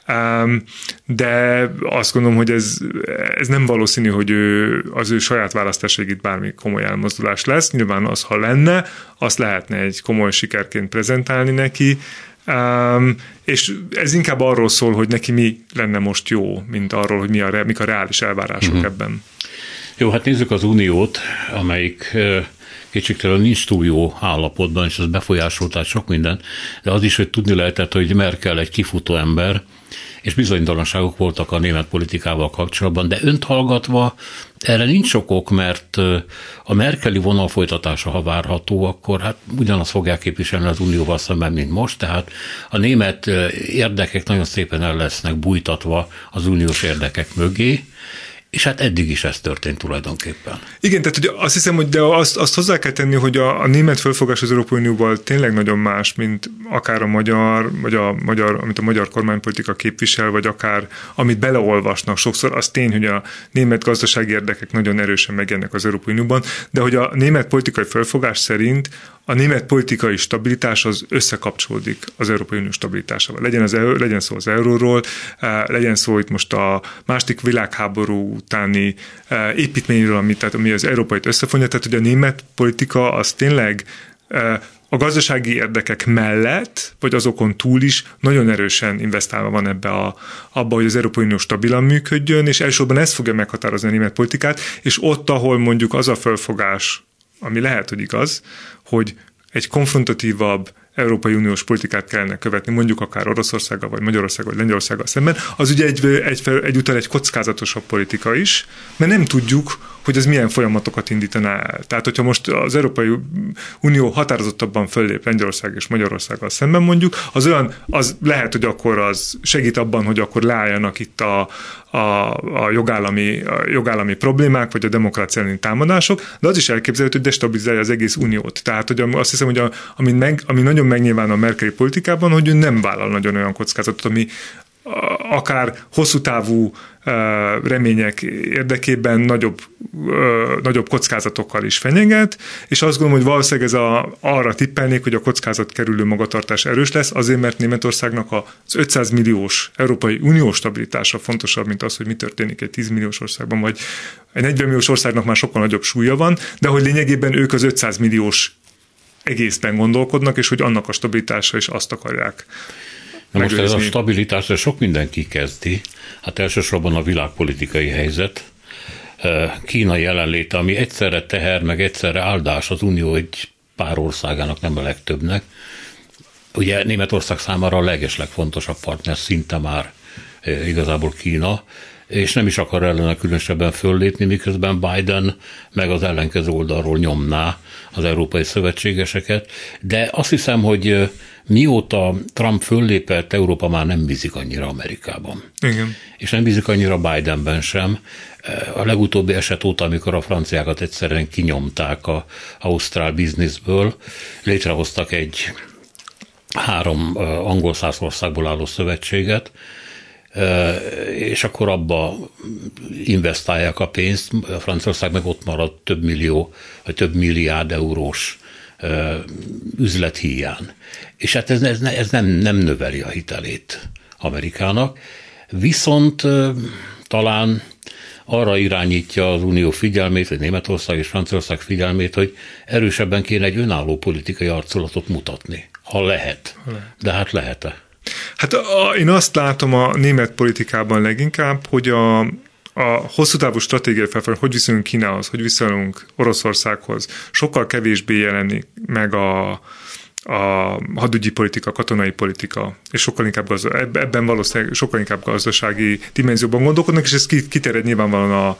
de azt gondolom, hogy ez nem valószínű, hogy az ő saját választásaig bármi komoly elmozdulás lesz. Nyilván az, ha lenne, azt lehetne egy komoly sikerként prezentálni neki, és ez inkább arról szól, hogy neki mi lenne most jó, mint arról, hogy mik a reális elvárások ebben. Jó, hát nézzük az Uniót, amelyik kétségtelen nincs túl jó állapotban, és ez befolyásolta sok minden, de az is, hogy tudni lehetett, hogy Merkel egy kifutó ember, és bizonytalanságok voltak a német politikával kapcsolatban, de önt hallgatva erre nincs sok ok, mert a merkeli vonal folytatása, ha várható, akkor hát ugyanazt fogják képviselni az Unióval szemben, mint most, tehát a német érdekek nagyon szépen el lesznek bújtatva az uniós érdekek mögé, és hát eddig is ez történt tulajdonképpen. Igen, tehát ugye azt hiszem, hogy de azt hozzá kell tenni, hogy a német fölfogás az Európai Unióval tényleg nagyon más, mint akár a magyar, amit a magyar kormánypolitika képvisel, vagy akár amit beleolvasnak sokszor. Az tény, hogy a német gazdasági érdekek nagyon erősen megjelennek az Európai Unióban, de hogy a német politikai fölfogás szerint a német politikai stabilitás az összekapcsolódik az Európai Unió stabilitásával. Legyen szó az euróról, legyen szó itt most a második világháború utáni építményről, ami az európait összefonja, tehát hogy a német politika az tényleg a gazdasági érdekek mellett, vagy azokon túl is nagyon erősen investálva van abba, hogy az Európai Unió stabilan működjön, és elsősorban ez fogja meghatározni a német politikát, és ott, ahol mondjuk az a fölfogás, ami lehet, hogy igaz, hogy egy konfrontatívabb Európai Uniós politikát kellene követni, mondjuk akár Oroszországgal, vagy Magyarországgal, vagy Lengyelországgal szemben, az ugye egyúttal egy kockázatosabb politika is, mert nem tudjuk, hogy ez milyen folyamatokat indítaná el. Tehát, hogyha most az Európai Unió határozottabban föllép Lengyelország és Magyarországgal szemben mondjuk, az lehet, hogy akkor az segít abban, hogy akkor leálljanak itt a jogállami problémák, vagy a demokrácia elleni támadások, de az is elképzelhető, hogy destabilizálja az egész uniót. Tehát, hogy azt hiszem, hogy ami nagyon megnyilván a merkeli politikában, hogy ő nem vállal nagyon olyan kockázatot, ami akár hosszú távú remények érdekében nagyobb kockázatokkal is fenyeget, és azt gondolom, hogy valószínűleg arra tippelnék, hogy a kockázat kerülő magatartás erős lesz, azért, mert Németországnak az 500 milliós Európai Uniós stabilitása fontosabb, mint az, hogy mi történik egy 10 milliós országban, vagy egy 40 milliós országnak már sokkal nagyobb súlya van, de hogy lényegében ők az 500 milliós egészben gondolkodnak, és hogy annak a stabilitása is azt akarják. Na most ez a stabilitásra sok mindenki kezdi, hát elsősorban a világpolitikai helyzet, Kína jelenléte, ami egyszerre teher, meg egyszerre áldás az Unió egy pár országának, nem a legtöbbnek. Ugye Németország számára a legeslegfontosabb partner szinte már igazából Kína, és nem is akar ellene különösebben föllépni, miközben Biden meg az ellenkező oldalról nyomná az európai szövetségeseket, de azt hiszem, hogy mióta Trump föllépett, Európa már nem bízik annyira Amerikában. Igen. És nem bízik annyira Bidenben sem. A legutóbbi eset óta, amikor a franciákat egyszerűen kinyomták az ausztrál bizniszből, létrehoztak egy 3 angol száz országból álló szövetséget, és akkor abba investálják a pénzt, a Franciaország meg ott marad több millió, vagy több milliárd eurós üzlethíján. És hát ez nem növeli a hitelét Amerikának, viszont talán arra irányítja az Unió figyelmét, vagy Németország és Franciaország figyelmét, hogy erősebben kéne egy önálló politikai arculatot mutatni. Ha lehet. De hát lehet-e? Hát én azt látom a német politikában leginkább, hogy a hosszú távú stratégiai felfogás, hogy viszonyulunk Kínához, hogy viszonyulunk Oroszországhoz, sokkal kevésbé jelenik meg a hadügyi politika, katonai politika, és sokkal inkább ebben valószínűleg sokkal inkább gazdasági dimenzióban gondolkodnak, és ez kiterjed nyilvánvalóan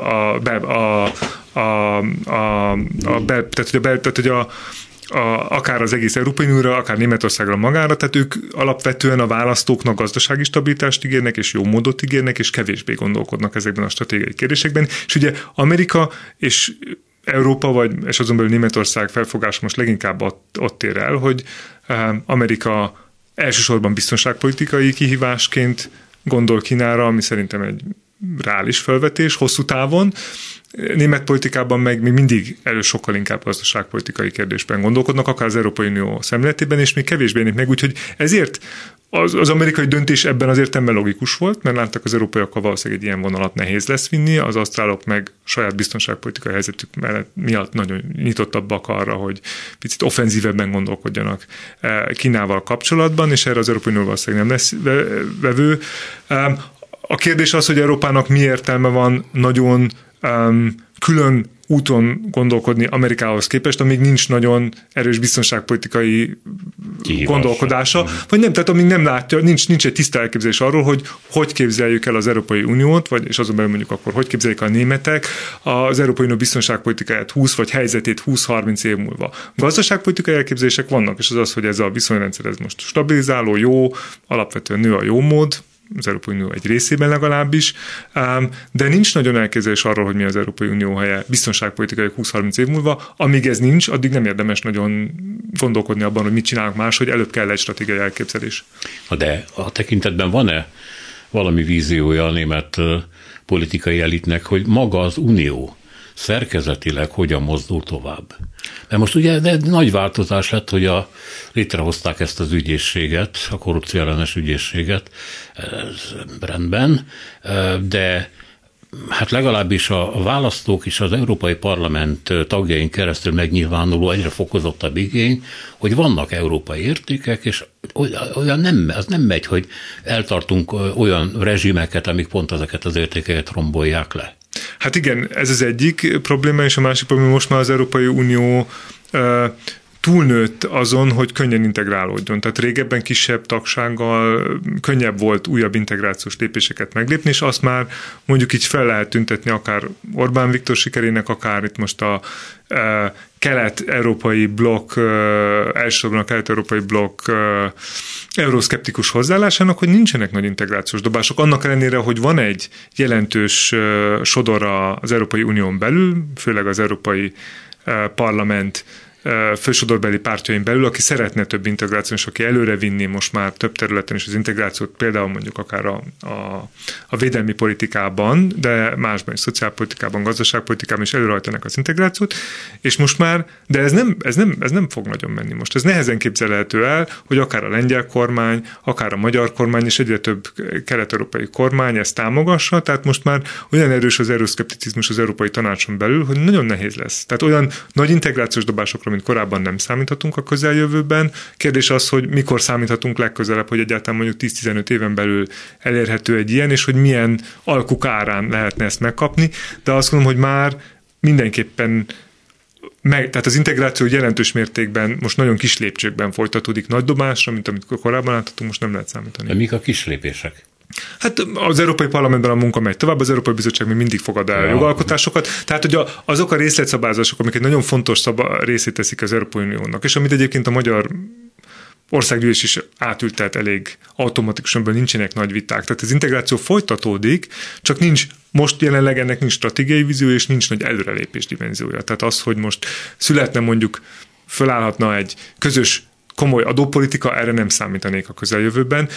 akár az egész Európai Unióra, akár Németországra magára, tehát ők alapvetően a választóknak gazdasági stabilitást ígérnek, és jó módot ígérnek, és kevésbé gondolkodnak ezekben a stratégiai kérdésekben. És ugye Amerika és Európa, és azon belül Németország felfogása most leginkább ott ér el, hogy Amerika elsősorban biztonságpolitikai kihívásként gondol Kínára, ami szerintem egy reális felvetés hosszú távon. Német politikában meg még mindig sokkal inkább gazdaságpolitikai kérdésben gondolkodnak, akár az Európai Unió szemléletében, és még kevésbé élik meg, úgyhogy ezért az amerikai döntés ebben az értelemben logikus volt, mert láttak az európaiakkal valószínűleg egy ilyen vonalat nehéz lesz vinni, az ausztrálok meg saját biztonságpolitikai helyzetük miatt nagyon nyitottabbak arra, hogy picit offenzívebben gondolkodjanak Kínával kapcsolatban, és erre az Európai Unió valószínűleg nem lesz vevő. A kérdés az, hogy Európának mi értelme van nagyon külön úton gondolkodni Amerikához képest, amíg nincs nagyon erős biztonságpolitikai gondolkodása, vagy nem, tehát amíg nem látja, nincs egy tiszta elképzelés arról, hogy képzeljük el az Európai Uniót, és azon belül mondjuk akkor, hogy képzeljük a németek az Európai Unió biztonságpolitikáját 20 vagy helyzetét 20-30 év múlva. Gazdaságpolitikai elképzelések vannak, és az, hogy ez a viszonyrendszer ez most stabilizáló, jó, alapvetően nő a jó mód, az Európai Unió egy részében legalábbis, de nincs nagyon elképzelés arról, hogy mi az Európai Unió helye biztonságpolitikai 20-30 év múlva. Amíg ez nincs, addig nem érdemes nagyon gondolkodni abban, hogy mit csinálunk más, hogy előbb kell egy stratégiai elképzelés. De a tekintetben van-e valami víziója a német politikai elitnek, hogy maga az Unió szerkezetileg hogyan mozdul tovább? Mert most ugye nagy változás lett, hogy létrehozták ezt az ügyészséget, a korrupcióellenes ügyészséget, ez rendben, de hát legalábbis a választók és az Európai Parlament tagjain keresztül megnyilvánuló egyre fokozottabb igény, hogy vannak európai értékek, és az nem megy, hogy eltartunk olyan rezsimeket, amik pont ezeket az értékeket rombolják le. Hát igen, ez az egyik probléma, és a másik probléma most már az Európai Unió túlnőtt azon, hogy könnyen integrálódjon. Tehát régebben kisebb tagsággal könnyebb volt újabb integrációs lépéseket meglépni, és azt már mondjuk így fel lehet tüntetni akár Orbán Viktor sikerének, akár itt most a kelet-európai blokk, elsősorban a kelet-európai blokk euroszkeptikus hozzáállásának, hogy nincsenek nagy integrációs dobások. Annak ellenére, hogy van egy jelentős sodor az Európai Unión belül, főleg az Európai Parlament fősodorbeli pártjain belül, aki szeretne több integrációt, és aki előrevinni most már több területen is az integrációt, például mondjuk akár a védelmi politikában, de másban is, szociálpolitikában, gazdaságpolitikában is előrehajtanak az integrációt, és most már, de ez nem fog nagyon menni most. Ez nehezen képzelhető el, hogy akár a lengyel kormány, akár a magyar kormány, és egyre több kelet-európai kormány ezt támogassa, tehát most már olyan erős az euroszkepticizmus az Európai Tanácson belül, hogy nagyon nehéz lesz. Tehát olyan nagy integrációs dobásokra, mint korábban nem számíthatunk a közeljövőben. Kérdés az, hogy mikor számíthatunk legközelebb, hogy egyáltalán mondjuk 10-15 éven belül elérhető egy ilyen, és hogy milyen alkuk árán lehetne ezt megkapni. De azt gondolom, hogy már mindenképpen tehát az integráció jelentős mértékben most nagyon kis lépcsőkben folytatódik nagy dobásra, mint amit korábban láthatunk, most nem lehet számítani. De mik a kis lépések? Hát az Európai Parlamentben a munka megy tovább, az Európai Bizottság még mindig fogad el jogalkotásokat, tehát hogy azok a részletszabályozások, amik egy nagyon fontos részét teszik az Európai Uniónak, és amit egyébként a magyar országgyűlés is átültet elég automatikusan, nincsenek nagy viták. Tehát az integráció folytatódik, csak most jelenleg ennek nincs stratégiai vízió, és nincs nagy előrelépés dimenziója. Tehát az, hogy most születne mondjuk, fölállhatna egy közös komoly adópolitika, erre nem számítanék a közeljövőben.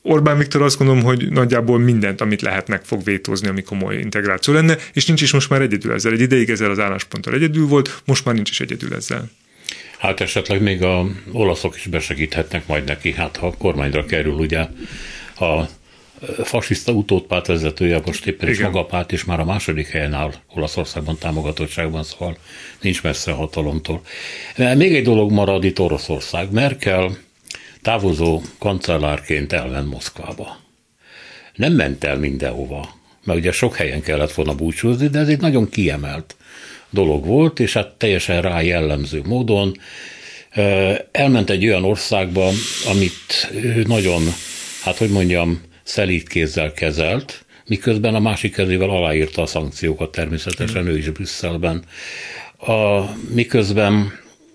Orbán Viktor azt gondolom, hogy nagyjából mindent, amit lehet, meg fog vétózni, ami komoly integráció lenne, és nincs is most már egyedül ezzel. Egy ideig ezzel az állásponttal egyedül volt, most már nincs is egyedül ezzel. Hát esetleg még a olaszok is besegíthetnek majd neki, hát ha a kormányra kerül, ugye a fasiszta utódpárt vezetője most éppen is maga a párt is már a második helyen áll Olaszországban támogatottságban, szóval nincs messze a hatalomtól. Még egy dolog marad itt Oroszország. Merkel távozó kancellárként elment Moszkvába. Nem ment el mindenhova, mert ugye sok helyen kellett volna búcsúzni, de ez egy nagyon kiemelt dolog volt, és hát teljesen rá jellemző módon elment egy olyan országba, amit nagyon, hát hogy mondjam, szelíd kézzel kezelt, miközben a másik kezével aláírta a szankciókat természetesen, ő is Brüsszelben. Miközben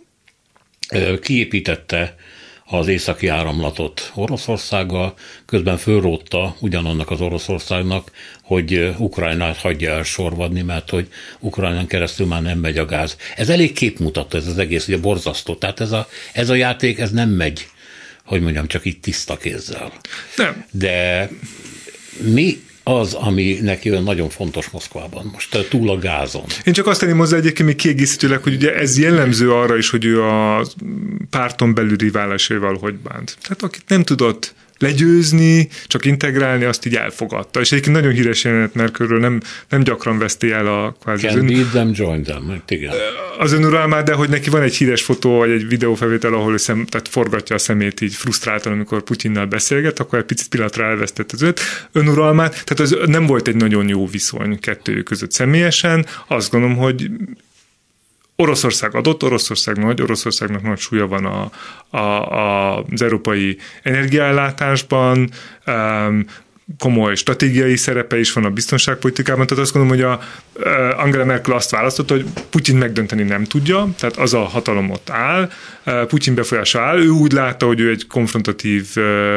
kiépítette az északi áramlatot Oroszországgal, közben fölrótta ugyanannak az Oroszországnak, hogy Ukrajnát hagyja el sorvadni, mert hogy Ukrajnán keresztül már nem megy a gáz. Ez elég képmutató, ez az egész, ugye borzasztó. Tehát ez a játék, ez nem megy, hogy mondjam, csak itt tiszta kézzel. Nem. De mi az, ami neki olyan nagyon fontos Moszkvában, most túl a gázon? Én csak azt tenném hozzá egyébként még kiegészítőleg, hogy ugye ez jellemző arra is, hogy ő a párton belüli válaszaival hogy bánt. Tehát akit nem tudott legyőzni, csak integrálni, azt így elfogadta. És egyébként nagyon híres jelenet Merkelről nem gyakran veszti el a kvázi Can beat them, join them. Igen. Az önuralmát, de hogy neki van egy híres fotó, vagy egy videófelvétel, ahol ő tehát forgatja a szemét így frusztráltan, amikor Putyinnal beszélget, akkor egy picit pillanatra elvesztett az önuralmát. Tehát az nem volt egy nagyon jó viszony kettőjük között személyesen. Azt gondolom, hogy Oroszország adott, Oroszországnak nagy súlya van az európai energiaellátásban, komoly stratégiai szerepe is van a biztonságpolitikában, tehát azt gondolom, hogy Angela Merkel azt választotta, hogy Putyin megdönteni nem tudja, tehát az a hatalom ott áll, Putyin befolyása áll, ő úgy látta, hogy ő egy konfrontatív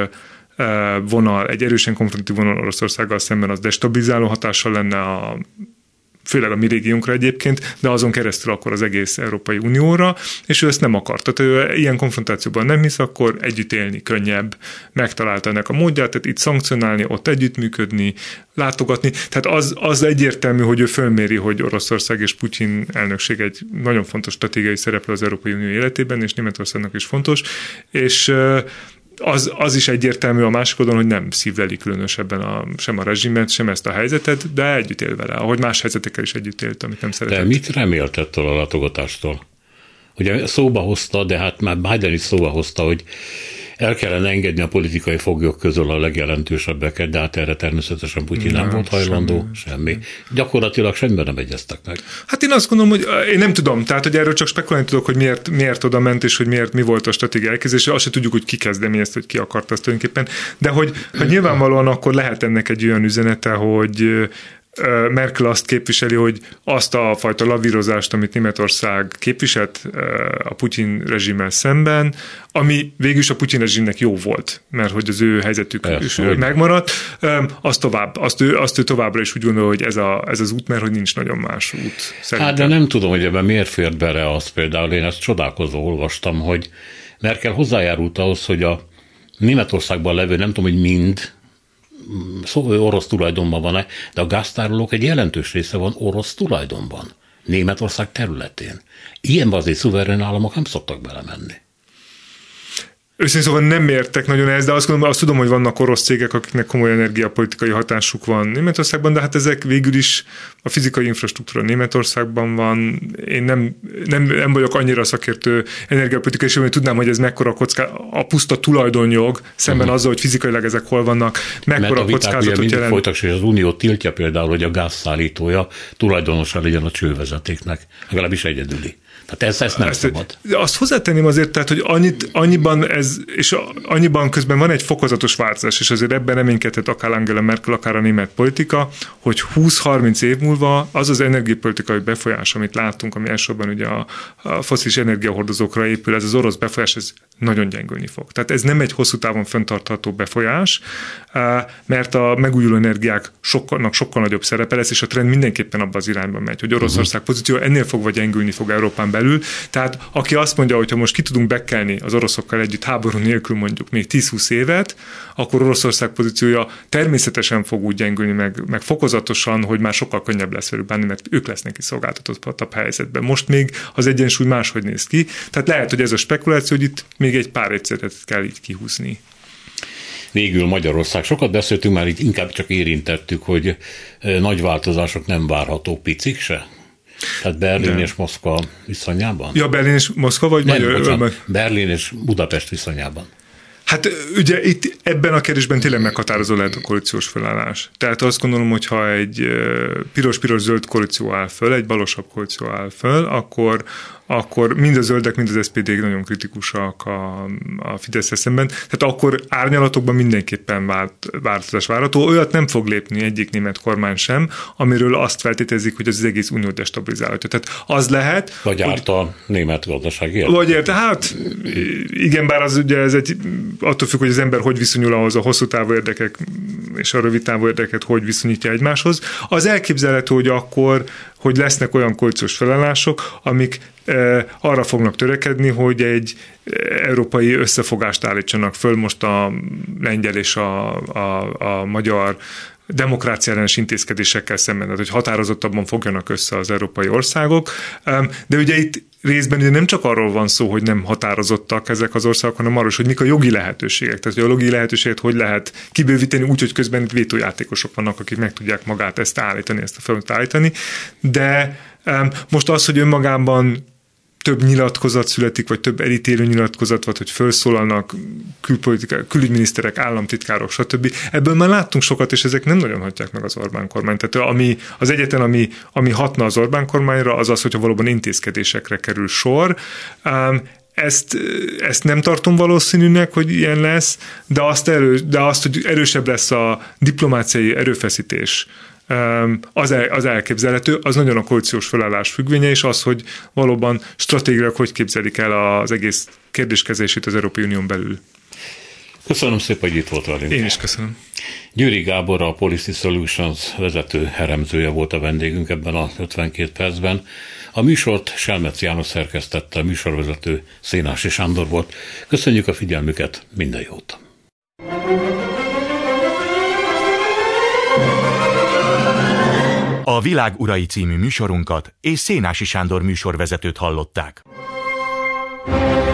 vonal, egy erősen konfrontatív vonal Oroszországgal szemben az destabilizáló hatással lenne főleg a mi régiónkra egyébként, de azon keresztül akkor az egész Európai Unióra, és ő ezt nem akart. Tehát ő ilyen konfrontációban nem hisz, akkor együtt élni könnyebb, megtalálta ennek a módját, tehát itt szankcionálni, ott együttműködni, látogatni. Tehát az egyértelmű, hogy ő fölméri, hogy Oroszország és Putyin elnökség egy nagyon fontos stratégiai szereplő az Európai Unió életében, és Németországnak is fontos, és az is egyértelmű a másik oldalon, hogy nem szívleli különösebben sem a rezsimet, sem ezt a helyzetet, de együtt él vele, ahogy más helyzetekkel is együtt élt, amit nem szeretett. De mit remélt ettől a látogatástól? Ugye szóba hozta, de hát már Biden is szóba hozta, hogy el kellene engedni a politikai foglyok közül a legjelentősebbeket, de hát erre természetesen Putyin nem volt hajlandó, semmi. Gyakorlatilag semmiben nem egyeztek meg. Hát én azt gondolom, hogy én nem tudom, tehát hogy erről csak spekulálni tudok, hogy miért oda ment, és hogy mi volt a stratégia elképzelése, azt se tudjuk, hogy ki kezdeményezte, hogy ki akarta azt tulajdonképpen, de hogy nyilvánvalóan akkor lehet ennek egy olyan üzenete, hogy Merkel azt képviseli, hogy azt a fajta lavírozást, amit Németország képviselt a Putyin rezsimmel szemben, ami végül is a Putyin rezsimnek jó volt, mert hogy az ő helyzetük is megmaradt, azt ő továbbra is úgy gondolja, hogy ez az út, mert hogy nincs nagyon más út. Szerintem. Hát de nem tudom, hogy ebben miért fért bele az például, én ezt csodálkozva olvastam, hogy Merkel hozzájárult ahhoz, hogy a Németországban levő, nem tudom, hogy mind orosz tulajdonban van-e, de a gáztárolók egy jelentős része van orosz tulajdonban, Németország területén. Ilyenben azért szuverén államok nem szoktak belemenni. Őszintén szóval nem értek nagyon ezt, de azt tudom, hogy vannak orosz cégek, akiknek komoly energiapolitikai hatásuk van Németországban, de hát ezek végül is a fizikai infrastruktúra Németországban van. Én nem vagyok annyira szakértő energiapolitikai, és hogy tudnám, hogy ez mekkora a puszta tulajdonjog szemben azzal, hogy fizikailag ezek hol vannak, mekkora kockázatot jelent. Folytak, és az Unió tiltja például, hogy a gázszállítója tulajdonosa legyen a csővezetéknek, legalábbis egyedüli. Tehát ezt nem szabad. Azt hozzátenném azért, tehát, hogy annyiban közben van egy fokozatos változás, és azért ebben reménykedhet akár Angela Merkel, akár a német politika, hogy 20-30 év múlva az az energiapolitikai befolyás, amit látunk, ami elsősorban ugye a fosszilis energiahordozókra épül, ez az orosz befolyás, ez nagyon gyengülni fog. Tehát ez nem egy hosszú távon fenntartható befolyás, mert a megújuló energiák sokkal nagyobb szerepe lesz, és a trend mindenképpen abban az irányban megy, hogy Oroszország pozíció ennél fogva gyengülni fog Európán belül. Tehát aki azt mondja, hogy ha most ki tudunk bekkelni az oroszokkal együtt háború nélkül mondjuk még 10-20 évet, akkor Oroszország pozíciója természetesen fog úgy gyengülni, meg fokozatosan, hogy már sokkal könnyebb lesz velük bánni, mert ők lesznek kiszolgáltatottabb helyzetben. Most még az egyensúly máshogy néz ki. Tehát lehet, hogy ez a spekuláció, hogy itt még egy pár egyszerűet kell így kihúzni. Végül Magyarország. Sokat beszéltünk, már itt inkább csak érintettük, hogy nagy változások nem várható, picik se? Tehát Berlin és Moszkva viszonyában? Ja, Berlin és Moszkva, vagy Berlin és Budapest viszonyában. Hát ugye itt ebben a kérdésben tényleg meghatározó lehet a koalíciós felállás. Tehát azt gondolom, hogy ha egy piros-piros-zöld koalíció áll föl, egy balosabb koalíció áll föl, akkor mind a zöldek, mind az SPD nagyon kritikusak a Fideszhez szemben. Tehát akkor árnyalatokban mindenképpen változás várható. Olyat nem fog lépni egyik német kormány sem, amiről azt feltételezik, hogy az egész unió destabilizálhatja. Tehát az lehet... Vagy árt a német gazdasági hát igen, bár az ugye ez attól függ, hogy az ember hogy viszonyul ahhoz a hosszú távú érdekek és a rövid távú érdeket hogy viszonyítja egymáshoz. Az elképzelhető, hogy lesznek olyan koalíciós felállások, amik arra fognak törekedni, hogy egy európai összefogást állítsanak föl most a lengyel és a magyar demokrácia ellenes intézkedésekkel szemben, tehát hogy határozottabban fogjanak össze az európai országok. De ugye itt részben ugye nem csak arról van szó, hogy nem határozottak ezek az országok, hanem arról is, hogy mik a jogi lehetőségek. Tehát, hogy a jogi lehetőséget hogy lehet kibővíteni úgy, hogy közben itt vétójátékosok vannak, akik meg tudják magát ezt állítani, ezt a feladatot állítani. De most az, hogy önmagában több nyilatkozat születik, vagy több elítélő nyilatkozat, vagy hogy felszólalnak külügyminiszterek, államtitkárok, stb. Ebből már láttunk sokat, és ezek nem nagyon hatják meg az Orbán kormányt. Tehát az egyetlen, ami hatna az Orbán kormányra, az az, hogyha valóban intézkedésekre kerül sor. Ezt nem tartom valószínűnek, hogy ilyen lesz, de azt, hogy erősebb lesz a diplomáciai erőfeszítés, az elképzelhető, az nagyon a koalíciós felállás függvénye, és az, hogy valóban stratégiailag hogy képzelik el az egész kérdéskezését az Európai Unión belül. Köszönöm szépen, hogy itt volt velünk. Én is köszönöm. Győri Gábor, a Policy Solutions vezető elemzője volt a vendégünk ebben a 52 percben. A műsort Selmec János szerkesztette, a műsorvezető Szénási Sándor volt. Köszönjük a figyelmüket, minden jót! A Világ urai című műsorunkat és Szénási Sándor műsorvezetőt hallották.